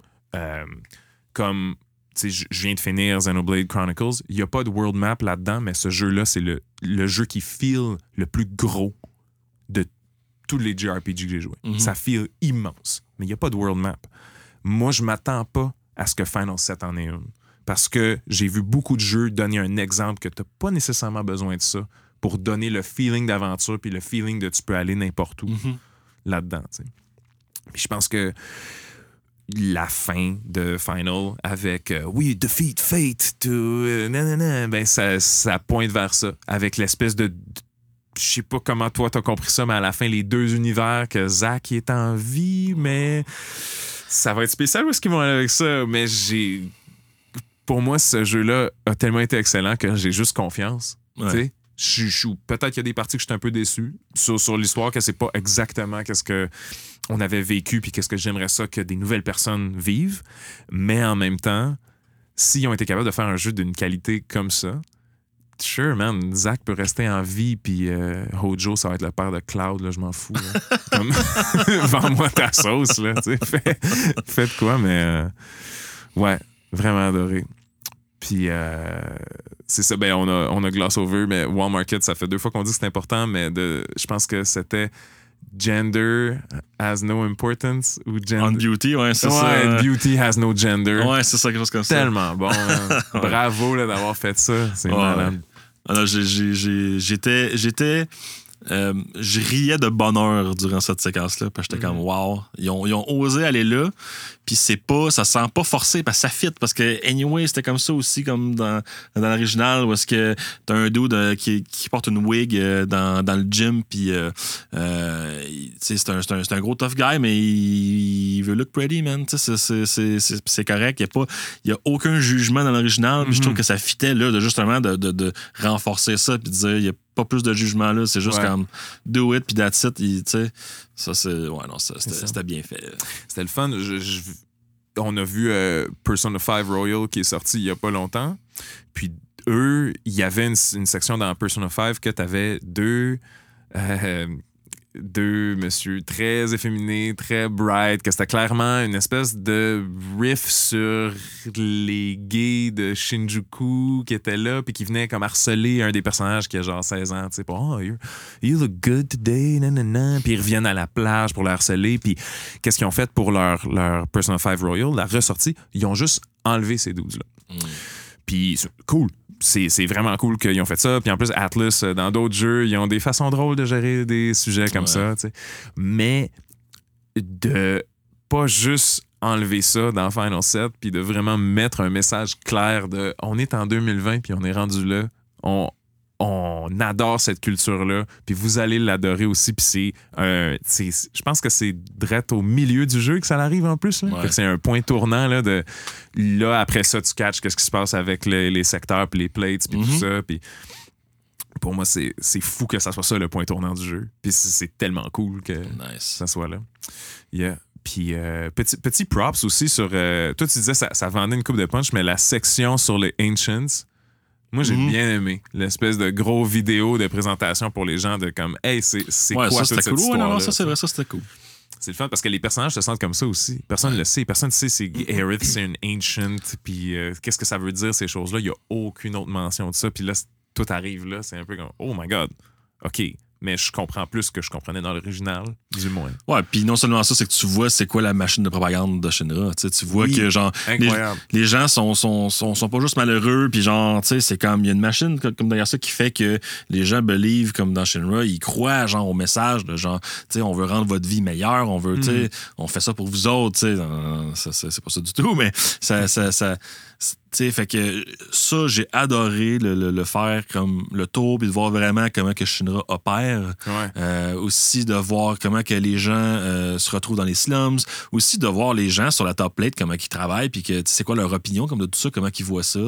Comme, tu sais, je viens de finir Xenoblade Chronicles, il n'y a pas de world map là-dedans, mais ce jeu-là, c'est le jeu qui feel le plus gros de tous les JRPG que j'ai joués. Ça feel immense, mais il n'y a pas de world map. Moi, je m'attends pas à ce que Final 7 en ait une. Parce que j'ai vu beaucoup de jeux donner un exemple que tu n'as pas nécessairement besoin de ça pour donner le feeling d'aventure puis le feeling de tu peux aller n'importe où là-dedans. T'sais. Puis je pense que la fin de Final avec We defeat fate to ben ça pointe vers ça. Avec l'espèce de je sais pas comment toi t'as compris ça, mais à la fin, les deux univers que Zack est en vie, mais ça va être spécial où est-ce qu'ils vont aller avec ça? Mais pour moi, ce jeu-là a tellement été excellent que j'ai juste confiance. Ouais. Peut-être qu'il y a des parties que je suis un peu déçu sur l'histoire, que c'est pas exactement qu'est-ce que on avait vécu puis qu'est-ce que j'aimerais ça que des nouvelles personnes vivent. Mais en même temps, s'ils ont été capables de faire un jeu d'une qualité comme ça, sure, man, Zack peut rester en vie puis Hojo, ça va être le père de Cloud, là, je m'en fous. Comme, vends-moi ta sauce, là. Faites quoi, mais ouais, vraiment adoré. Puis c'est ça, ben on a gloss over, mais Wall Market, ça fait 2 fois qu'on dit que c'est important, mais je pense que c'était Gender has no importance ou gender... On Beauty, ouais, c'est ça. Ouais, Beauty has no gender. Ouais, c'est ça, quelque chose comme ça. Tellement bon. Hein. Bravo là, d'avoir fait ça. C'est malade. Alors, je riais de bonheur durant cette séquence-là, parce que j'étais comme wow, ils ont osé aller là, puis ça sent pas forcé, parce que ça fit, parce que anyway, c'était comme ça aussi, comme dans l'original, où est-ce que t'as un dude qui porte une wig dans le gym, puis c'est un gros tough guy, mais il veut look pretty, man, c'est correct, il y a aucun jugement dans l'original, puis je trouve que ça fitait là, justement de renforcer ça, puis de dire, il y a pas plus de jugement là, c'est juste comme do it puis that's it, tu sais. Ça c'est c'était bien fait. C'était le fun. On a vu Persona 5 Royal qui est sorti il y a pas longtemps. Puis eux, il y avait une section dans Persona 5 que tu avais deux messieurs très efféminés, très bright, que c'était clairement une espèce de riff sur les gays de Shinjuku qui étaient là puis qui venaient comme harceler un des personnages qui a genre 16 ans, tu sais, oh, you look good today, nanana, puis ils reviennent à la plage pour le harceler, puis qu'est-ce qu'ils ont fait pour leur Persona 5 Royal, la ressortie, ils ont juste enlevé ces dudes-là. Puis cool. C'est vraiment cool qu'ils ont fait ça. Puis en plus, Atlus, dans d'autres jeux, ils ont des façons drôles de gérer des sujets comme ça. T'sais. Mais de pas juste enlever ça dans Final 7 puis de vraiment mettre un message clair de on est en 2020 puis on est rendu là. on adore cette culture-là, puis vous allez l'adorer aussi, puis je pense que c'est direct au milieu du jeu que ça arrive en plus, là. Ouais. Fait que c'est un point tournant, là, après ça, tu catches qu'est-ce qui se passe avec les secteurs, puis les plates, puis tout ça, puis pour moi, c'est fou que ça soit ça, le point tournant du jeu, puis c'est tellement cool que ça soit là. Yeah. Puis petit props aussi sur... toi, tu disais ça vendait une coupe de punch, mais la section sur les Ancients, moi, j'ai bien aimé l'espèce de gros vidéo de présentation pour les gens de comme « Hey, c'est quoi toute cette histoire-là? » Ça, c'est vrai, ça, c'était cool. C'est le fun parce que les personnages se sentent comme ça aussi. Personne ne le sait. Personne ne sait si Aerith, c'est une Ancient, puis qu'est-ce que ça veut dire, ces choses-là. Il n'y a aucune autre mention de ça. Puis là, tout arrive là, c'est un peu comme « Oh my God, OK. » Mais je comprends plus que je comprenais dans l'original, du moins. Ouais, puis non seulement ça, c'est que tu vois c'est quoi la machine de propagande de Shinra. Tu vois que genre les gens sont pas juste malheureux, puis genre, tu sais, c'est comme il y a une machine comme derrière ça qui fait que les gens believe comme dans Shinra, ils croient genre au message de genre, tu sais, on veut rendre votre vie meilleure, on veut, tu sais, on fait ça pour vous autres, tu sais, c'est pas ça du tout, mais ça t'sais, fait que ça, j'ai adoré le faire comme le tour, puis de voir vraiment comment que Shinra opère. Ouais. Aussi de voir comment que les gens se retrouvent dans les slums. Aussi de voir les gens sur la top plate, comment ils travaillent, puis que c'est quoi leur opinion comme de tout ça, comment ils voient ça.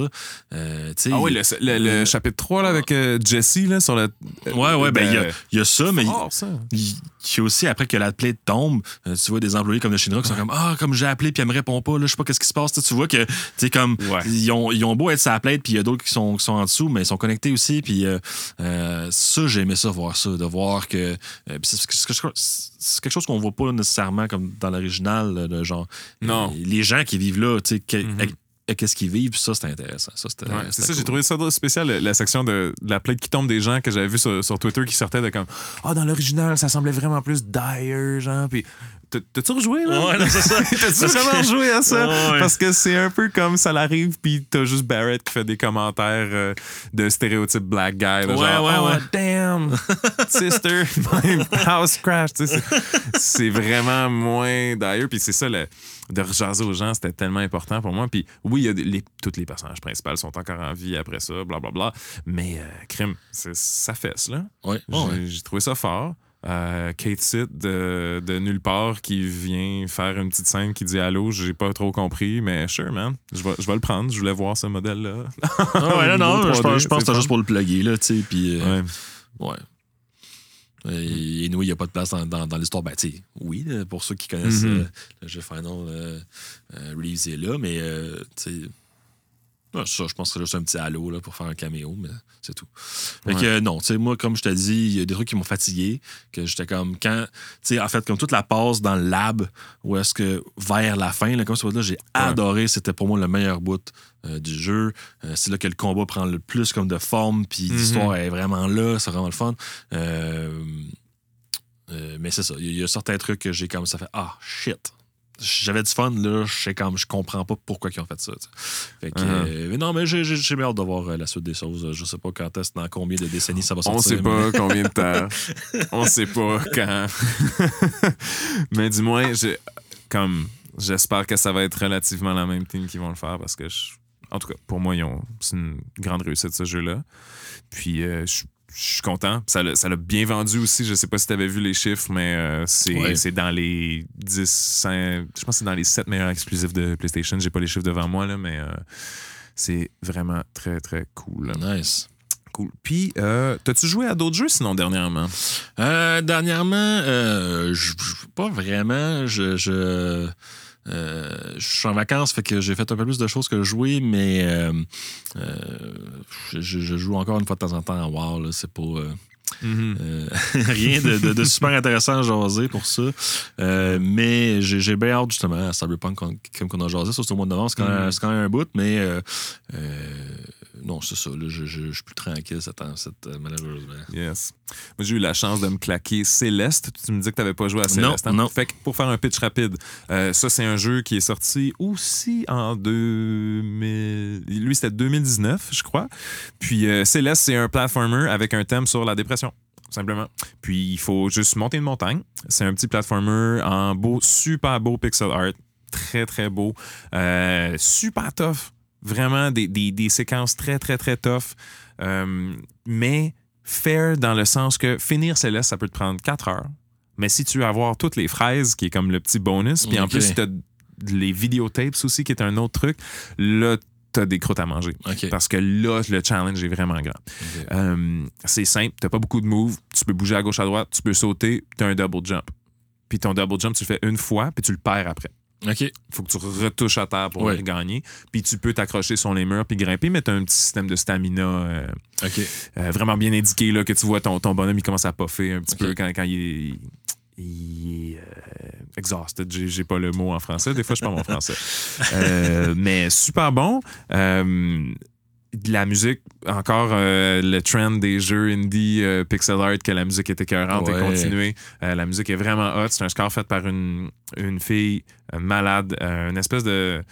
Oui, le chapitre 3 là, avec Jesse là, sur le... Ouais, ben il y a ça, mais il y a aussi, après que la plate tombe, tu vois des employés comme de Shinra qui sont comme « Ah, comme j'ai appelé, puis elle me répond pas, là, je sais pas qu'est-ce qui se passe. » Tu vois que, tu sais, comme... Ouais. Ils ont beau être sur la plate, puis il y a d'autres qui sont en dessous, mais ils sont connectés aussi. Puis ça, j'ai aimé ça, voir ça. De voir que. C'est quelque chose qu'on voit pas nécessairement comme dans l'original. De genre. Non. Les gens qui vivent là, tu sais, qu'est-ce qu'ils vivent, ça, c'était intéressant. Ça, c'était c'est ça, cool. j'ai trouvé ça spécial, la section de la plate qui tombe des gens que j'avais vu sur Twitter qui sortaient de comme dans l'original, ça semblait vraiment plus dire, genre. Puis t'as-tu rejoué, là? Ouais, non, c'est ça. T'as-tu vraiment rejoué à ça? Ouais. Parce que c'est un peu comme ça l'arrive, puis t'as juste Barrett qui fait des commentaires de stéréotypes black guy. Là, genre, ouais. Damn, sister, my house crashed. C'est vraiment moins dire. Puis c'est ça, de rejaser aux gens, c'était tellement important pour moi. Puis oui, tous les personnages principaux sont encore en vie après ça, blablabla. Mais crime, ça fesse, là. Ouais. J'ai trouvé ça fort. Kate Sit de nulle part qui vient faire une petite scène qui dit allô, j'ai pas trop compris, mais sure man, je vais le prendre, je voulais voir ce modèle là. Non, je pense que c'était juste pour le plugger là, tu sais, puis ouais. Et nous, il n'y a pas de place dans l'histoire. Ben, tu sais, oui, pour ceux qui connaissent le jeu Final, Reeves est là, mais tu sais. Ça, je pense que c'est juste un petit halo là, pour faire un caméo, mais c'est tout. Fait que non, tu sais, moi, comme je te dis, il y a des trucs qui m'ont fatigué, que j'étais comme quand, tu sais, en fait, comme toute la passe dans le lab, où est-ce que vers la fin, là, comme ce là j'ai adoré, c'était pour moi le meilleur bout du jeu. C'est là que le combat prend le plus comme de forme, puis l'histoire est vraiment là, c'est vraiment le fun. Mais c'est ça, il y a certains trucs que j'ai comme ça fait, shit. J'avais du fun, là, je comprends pas pourquoi ils ont fait ça. Fait que, mais non, mais j'ai bien hâte de voir la suite des choses. Je sais pas quand est-ce, dans combien de décennies ça va sortir. On sait pas combien de temps. On sait pas quand. Mais du moins, j'espère que ça va être relativement la même team qui vont le faire parce que, en tout cas, pour moi, c'est une grande réussite, ce jeu-là. Puis, je suis content. Ça l'a bien vendu aussi. Je sais pas si tu avais vu les chiffres, mais c'est dans les 10, 5, je pense que c'est dans les 7 meilleurs exclusifs de PlayStation. J'ai pas les chiffres devant moi, là, mais c'est vraiment très, très cool. Nice. Cool. Puis, t'as-tu joué à d'autres jeux sinon dernièrement? Dernièrement, pas vraiment. Je suis en vacances, fait que j'ai fait un peu plus de choses que jouer, mais je joue encore une fois de temps en temps à WoW. Là, c'est pas rien de super intéressant à jaser pour ça. Mais j'ai bien hâte justement à Cyberpunk comme qu'on a jasé. Ça, c'est au mois de novembre. C'est quand même un bout, mais non, c'est ça. Là, je suis plus tranquille malheureusement. Yes. Moi, j'ai eu la chance de me claquer Céleste. Tu me dis que tu n'avais pas joué à Céleste. Non. Fait que pour faire un pitch rapide, ça, c'est un jeu qui est sorti aussi en 2000. Lui, c'était 2019, je crois. Puis Céleste, c'est un platformer avec un thème sur la dépression. Simplement. Puis il faut juste monter une montagne. C'est un petit platformer en super beau pixel art. Très, très beau. Super tough. Vraiment des séquences très, très, très tough. Mais fair dans le sens que finir Céleste, ça peut te prendre 4 heures. Mais si tu veux avoir toutes les fraises, qui est comme le petit bonus, puis en plus, tu as les videotapes aussi, qui est un autre truc, là, t'as des croûtes à manger. Parce que là, le challenge est vraiment grand. C'est simple, t'as pas beaucoup de moves, tu peux bouger à gauche, à droite, tu peux sauter, t'as un double jump. Puis ton double jump, tu le fais une fois, puis tu le perds après. Il faut que tu retouches à terre pour le gagner. Puis tu peux t'accrocher sur les murs puis grimper, mais t'as un petit système de stamina vraiment bien indiqué, là, que tu vois ton bonhomme, il commence à puffer un petit peu quand il est exhausted. J'ai pas le mot en français. Des fois, je parle en français. Mais super bon. De la musique, encore le trend des jeux indie pixel art, que la musique était écœurante et continuée. La musique est vraiment hot. C'est un score fait par une fille malade. Une espèce de...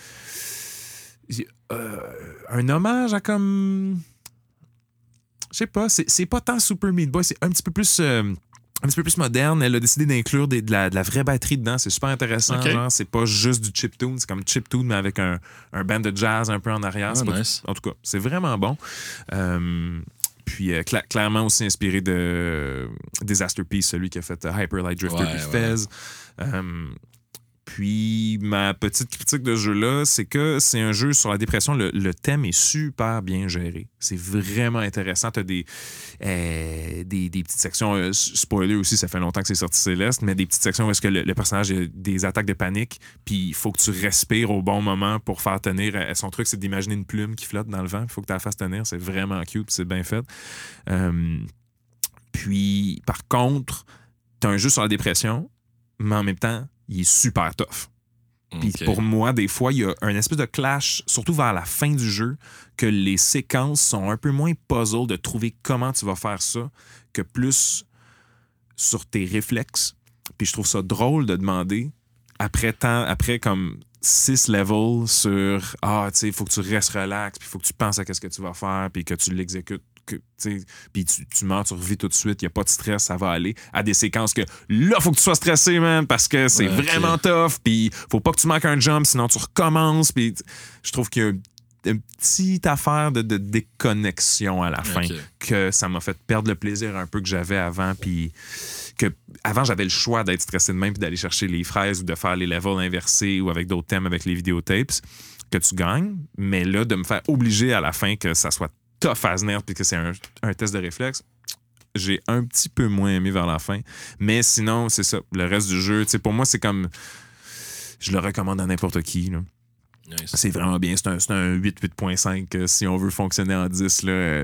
un hommage à comme... Je sais pas, c'est pas tant Super Meat Boy, c'est un petit peu plus moderne. Elle a décidé d'inclure de la vraie batterie dedans. C'est super intéressant. Genre, c'est pas juste du chiptune. C'est comme chiptune, mais avec un band de jazz un peu en arrière. Nice. En tout cas, c'est vraiment bon. Puis clairement aussi inspiré de Disaster Peace, celui qui a fait Hyper Light Drifter puis Fez. Puis ma petite critique de ce jeu-là, c'est que c'est un jeu sur la dépression. Le thème est super bien géré. C'est vraiment intéressant. Tu as des petites sections, spoiler aussi, ça fait longtemps que c'est sorti Céleste, mais des petites sections où est-ce que le personnage a des attaques de panique, puis il faut que tu respires au bon moment pour faire tenir. Son truc, c'est d'imaginer une plume qui flotte dans le vent. Il faut que tu la fasses tenir. C'est vraiment cute, c'est bien fait. Puis, par contre, tu as un jeu sur la dépression, mais en même temps, il est super tough. Puis pour moi, des fois, il y a un espèce de clash, surtout vers la fin du jeu, que les séquences sont un peu moins puzzle de trouver comment tu vas faire ça que plus sur tes réflexes. Puis je trouve ça drôle de demander, après comme 6 levels sur tu sais, il faut que tu restes relax, puis il faut que tu penses à qu'est-ce que tu vas faire, puis que tu l'exécutes. Puis tu meurs, tu revis tout de suite, il n'y a pas de stress, ça va aller, à des séquences que là, il faut que tu sois stressé, man, parce que c'est vraiment tough, puis faut pas que tu manques un jump, sinon tu recommences, puis je trouve qu'il y a une petite affaire de déconnexion à la fin, que ça m'a fait perdre le plaisir un peu que j'avais avant, puis que avant j'avais le choix d'être stressé de même puis d'aller chercher les fraises ou de faire les levels inversés ou avec d'autres thèmes avec les vidéotapes que tu gagnes, mais là, de me faire obliger à la fin que ça soit tough à venir puis que c'est un test de réflexe, j'ai un petit peu moins aimé vers la fin. Mais sinon, c'est ça. Le reste du jeu, pour moi, c'est comme... Je le recommande à n'importe qui. Là. Nice. C'est vraiment bien. C'est un 8.5 si on veut fonctionner en 10. Là,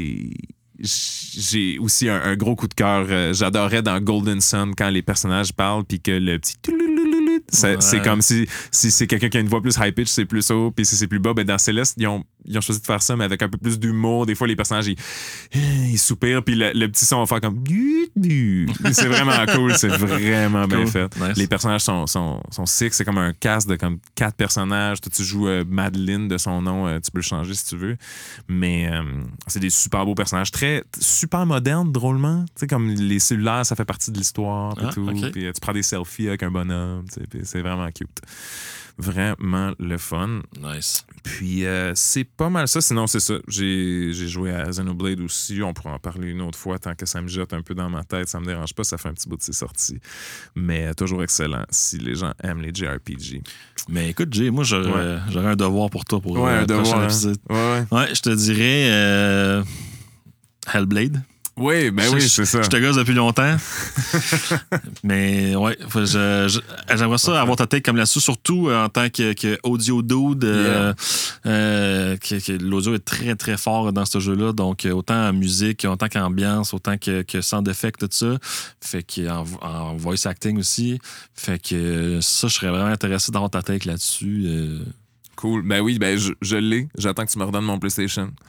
j'ai aussi un gros coup de cœur. J'adorais dans Golden Sun quand les personnages parlent puis que le petit... C'est comme si c'est quelqu'un qui a une voix plus high pitch, c'est plus haut, puis si c'est plus bas, ben dans Céleste, ils ont choisi de faire ça, mais avec un peu plus d'humour. Des fois, les personnages, ils soupirent, puis le petit son va faire comme... C'est vraiment cool, c'est vraiment bien fait. Nice. Les personnages sont sick, c'est comme un cast de comme 4 personnages. Toi, tu joues Madeleine de son nom, tu peux le changer si tu veux. Mais c'est des super beaux personnages, super modernes, drôlement. Tu sais, comme les cellulaires, ça fait partie de l'histoire, puis tout. Puis tu prends des selfies avec un bonhomme, tu sais, puis c'est vraiment cute. Vraiment le fun. Nice. Puis c'est pas mal ça. Sinon, c'est ça. J'ai joué à Xenoblade aussi. On pourra en parler une autre fois tant que ça me jette un peu dans ma tête. Ça me dérange pas. Ça fait un petit bout de ses sorties. Mais toujours excellent si les gens aiment les JRPG. Mais écoute, Jay, moi, j'aurais un devoir pour toi pour le prochain épisode. Ouais, je te dirais Hellblade. Oui, ben oui, c'est ça. Je te gosse depuis longtemps. Mais ouais, j'aimerais ça avoir ta tête comme là-dessus, surtout en tant que audio dude. Que l'audio est très, très fort dans ce jeu-là. Donc, autant en musique, autant qu'ambiance, autant que sound effect, tout ça. Fait qu'en voice acting aussi. Fait que ça, je serais vraiment intéressé d'avoir ta tête là-dessus. Cool. Ben oui, ben je l'ai. J'attends que tu me redonnes mon PlayStation.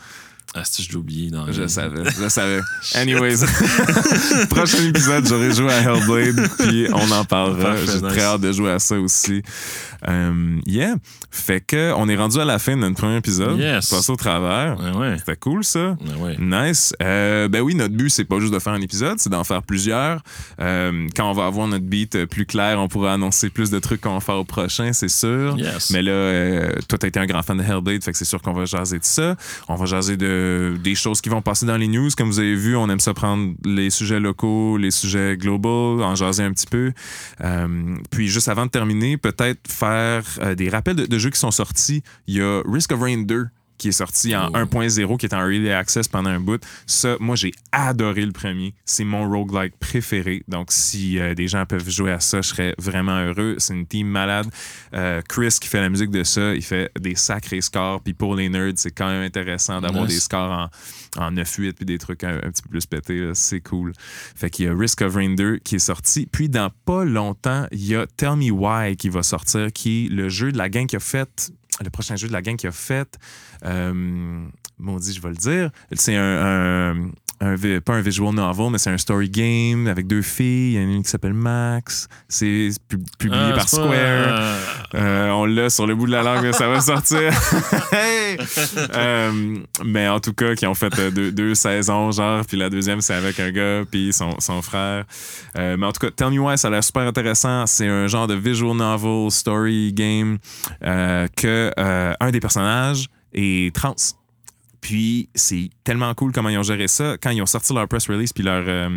Ah, si je l'ai oublié. Non, Je savais. Anyways, prochain épisode, j'aurai joué à Hellblade, puis on en parlera. Parfait, J'ai très hâte de jouer à ça aussi. Yeah. Fait que on est rendu à la fin de notre premier épisode. Yes. Passé au travers. Ouais. C'était cool, ça. Ouais. Nice. Ben oui, notre but, c'est pas juste de faire un épisode, c'est d'en faire plusieurs. Quand on va avoir notre beat plus clair, on pourra annoncer plus de trucs qu'on va faire au prochain, c'est sûr. Yes. Mais là, toi, t'as été un grand fan de Hellblade, fait que c'est sûr qu'on va jaser de ça. On va jaser des choses qui vont passer dans les news. Comme vous avez vu, on aime ça prendre les sujets locaux, les sujets global, en jaser un petit peu. Puis juste avant de terminer, peut-être faire des rappels de jeux qui sont sortis. Il y a Risk of Rain 2 qui est sorti en 1.0, qui est en Early Access pendant un bout. Ça, moi, j'ai adoré le premier. C'est mon roguelike préféré. Donc, si des gens peuvent jouer à ça, je serais vraiment heureux. C'est une team malade. Chris, qui fait la musique de ça, il fait des sacrés scores. Puis pour les nerds, c'est quand même intéressant d'avoir des scores en 9-8 puis des trucs un petit peu plus pétés. Là. C'est cool. Fait qu'il y a Risk of Rain 2 qui est sorti. Puis dans pas longtemps, il y a Tell Me Why qui va sortir, qui est le jeu de la gang qui a fait... Le prochain jeu de la gang qui a fait... maudit, je vais le dire. C'est pas un visual novel, mais c'est un story game avec 2 filles. Il y en a une qui s'appelle Max. C'est publié par Square. On l'a sur le bout de la langue, mais ça va sortir. Hey! Mais en tout cas, qui ont fait 2 saisons, genre, puis la deuxième, c'est avec un gars, puis son frère. Mais en tout cas, Tell Me Why, ça a l'air super intéressant. C'est un genre de visual novel, story game, que un des personnages est trans. Puis, c'est tellement cool comment ils ont géré ça. Quand ils ont sorti leur press release puis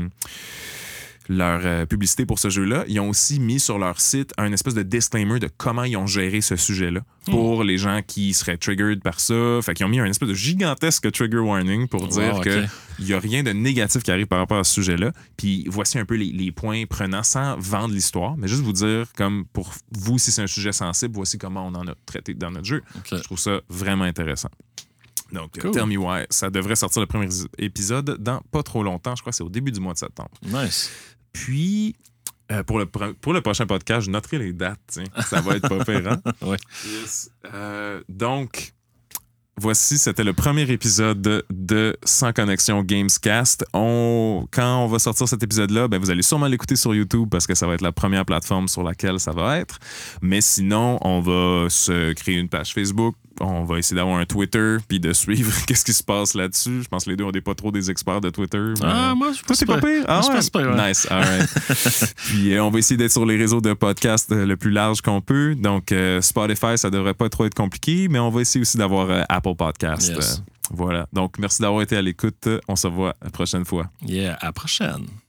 leur publicité pour ce jeu-là, ils ont aussi mis sur leur site un espèce de disclaimer de comment ils ont géré ce sujet-là pour les gens qui seraient triggered par ça. Fait qu'ils ont mis un espèce de gigantesque trigger warning pour dire qu'il n'y a rien de négatif qui arrive par rapport à ce sujet-là. Puis voici un peu les points prenants sans vendre l'histoire, mais juste vous dire, comme pour vous, si c'est un sujet sensible, voici comment on en a traité dans notre jeu. Je trouve ça vraiment intéressant. Donc, cool. Tell Me Why, ça devrait sortir le premier épisode dans pas trop longtemps. Je crois que c'est au début du mois de septembre. Nice. Puis, pour le prochain podcast, je noterai les dates. Tiens. Ça va être pas pire, hein? Ouais. Yes. Donc, voici, c'était le premier épisode de Sans Connexion Gamescast. Quand on va sortir cet épisode-là, ben vous allez sûrement l'écouter sur YouTube parce que ça va être la première plateforme sur laquelle ça va être. Mais sinon, on va se créer une page Facebook. On va essayer d'avoir un Twitter puis de suivre qu'est-ce qui se passe là-dessus. Je pense que les deux, on n'est pas trop des experts de Twitter. Moi, je pense pas pire. Ah, je pense pas. Ouais. Nice, all right. Puis on va essayer d'être sur les réseaux de podcast le plus large qu'on peut. Donc Spotify, ça devrait pas trop être compliqué, mais on va essayer aussi d'avoir Apple Podcast. Yes. Voilà. Donc merci d'avoir été à l'écoute. On se voit la prochaine fois. Yeah, à la prochaine.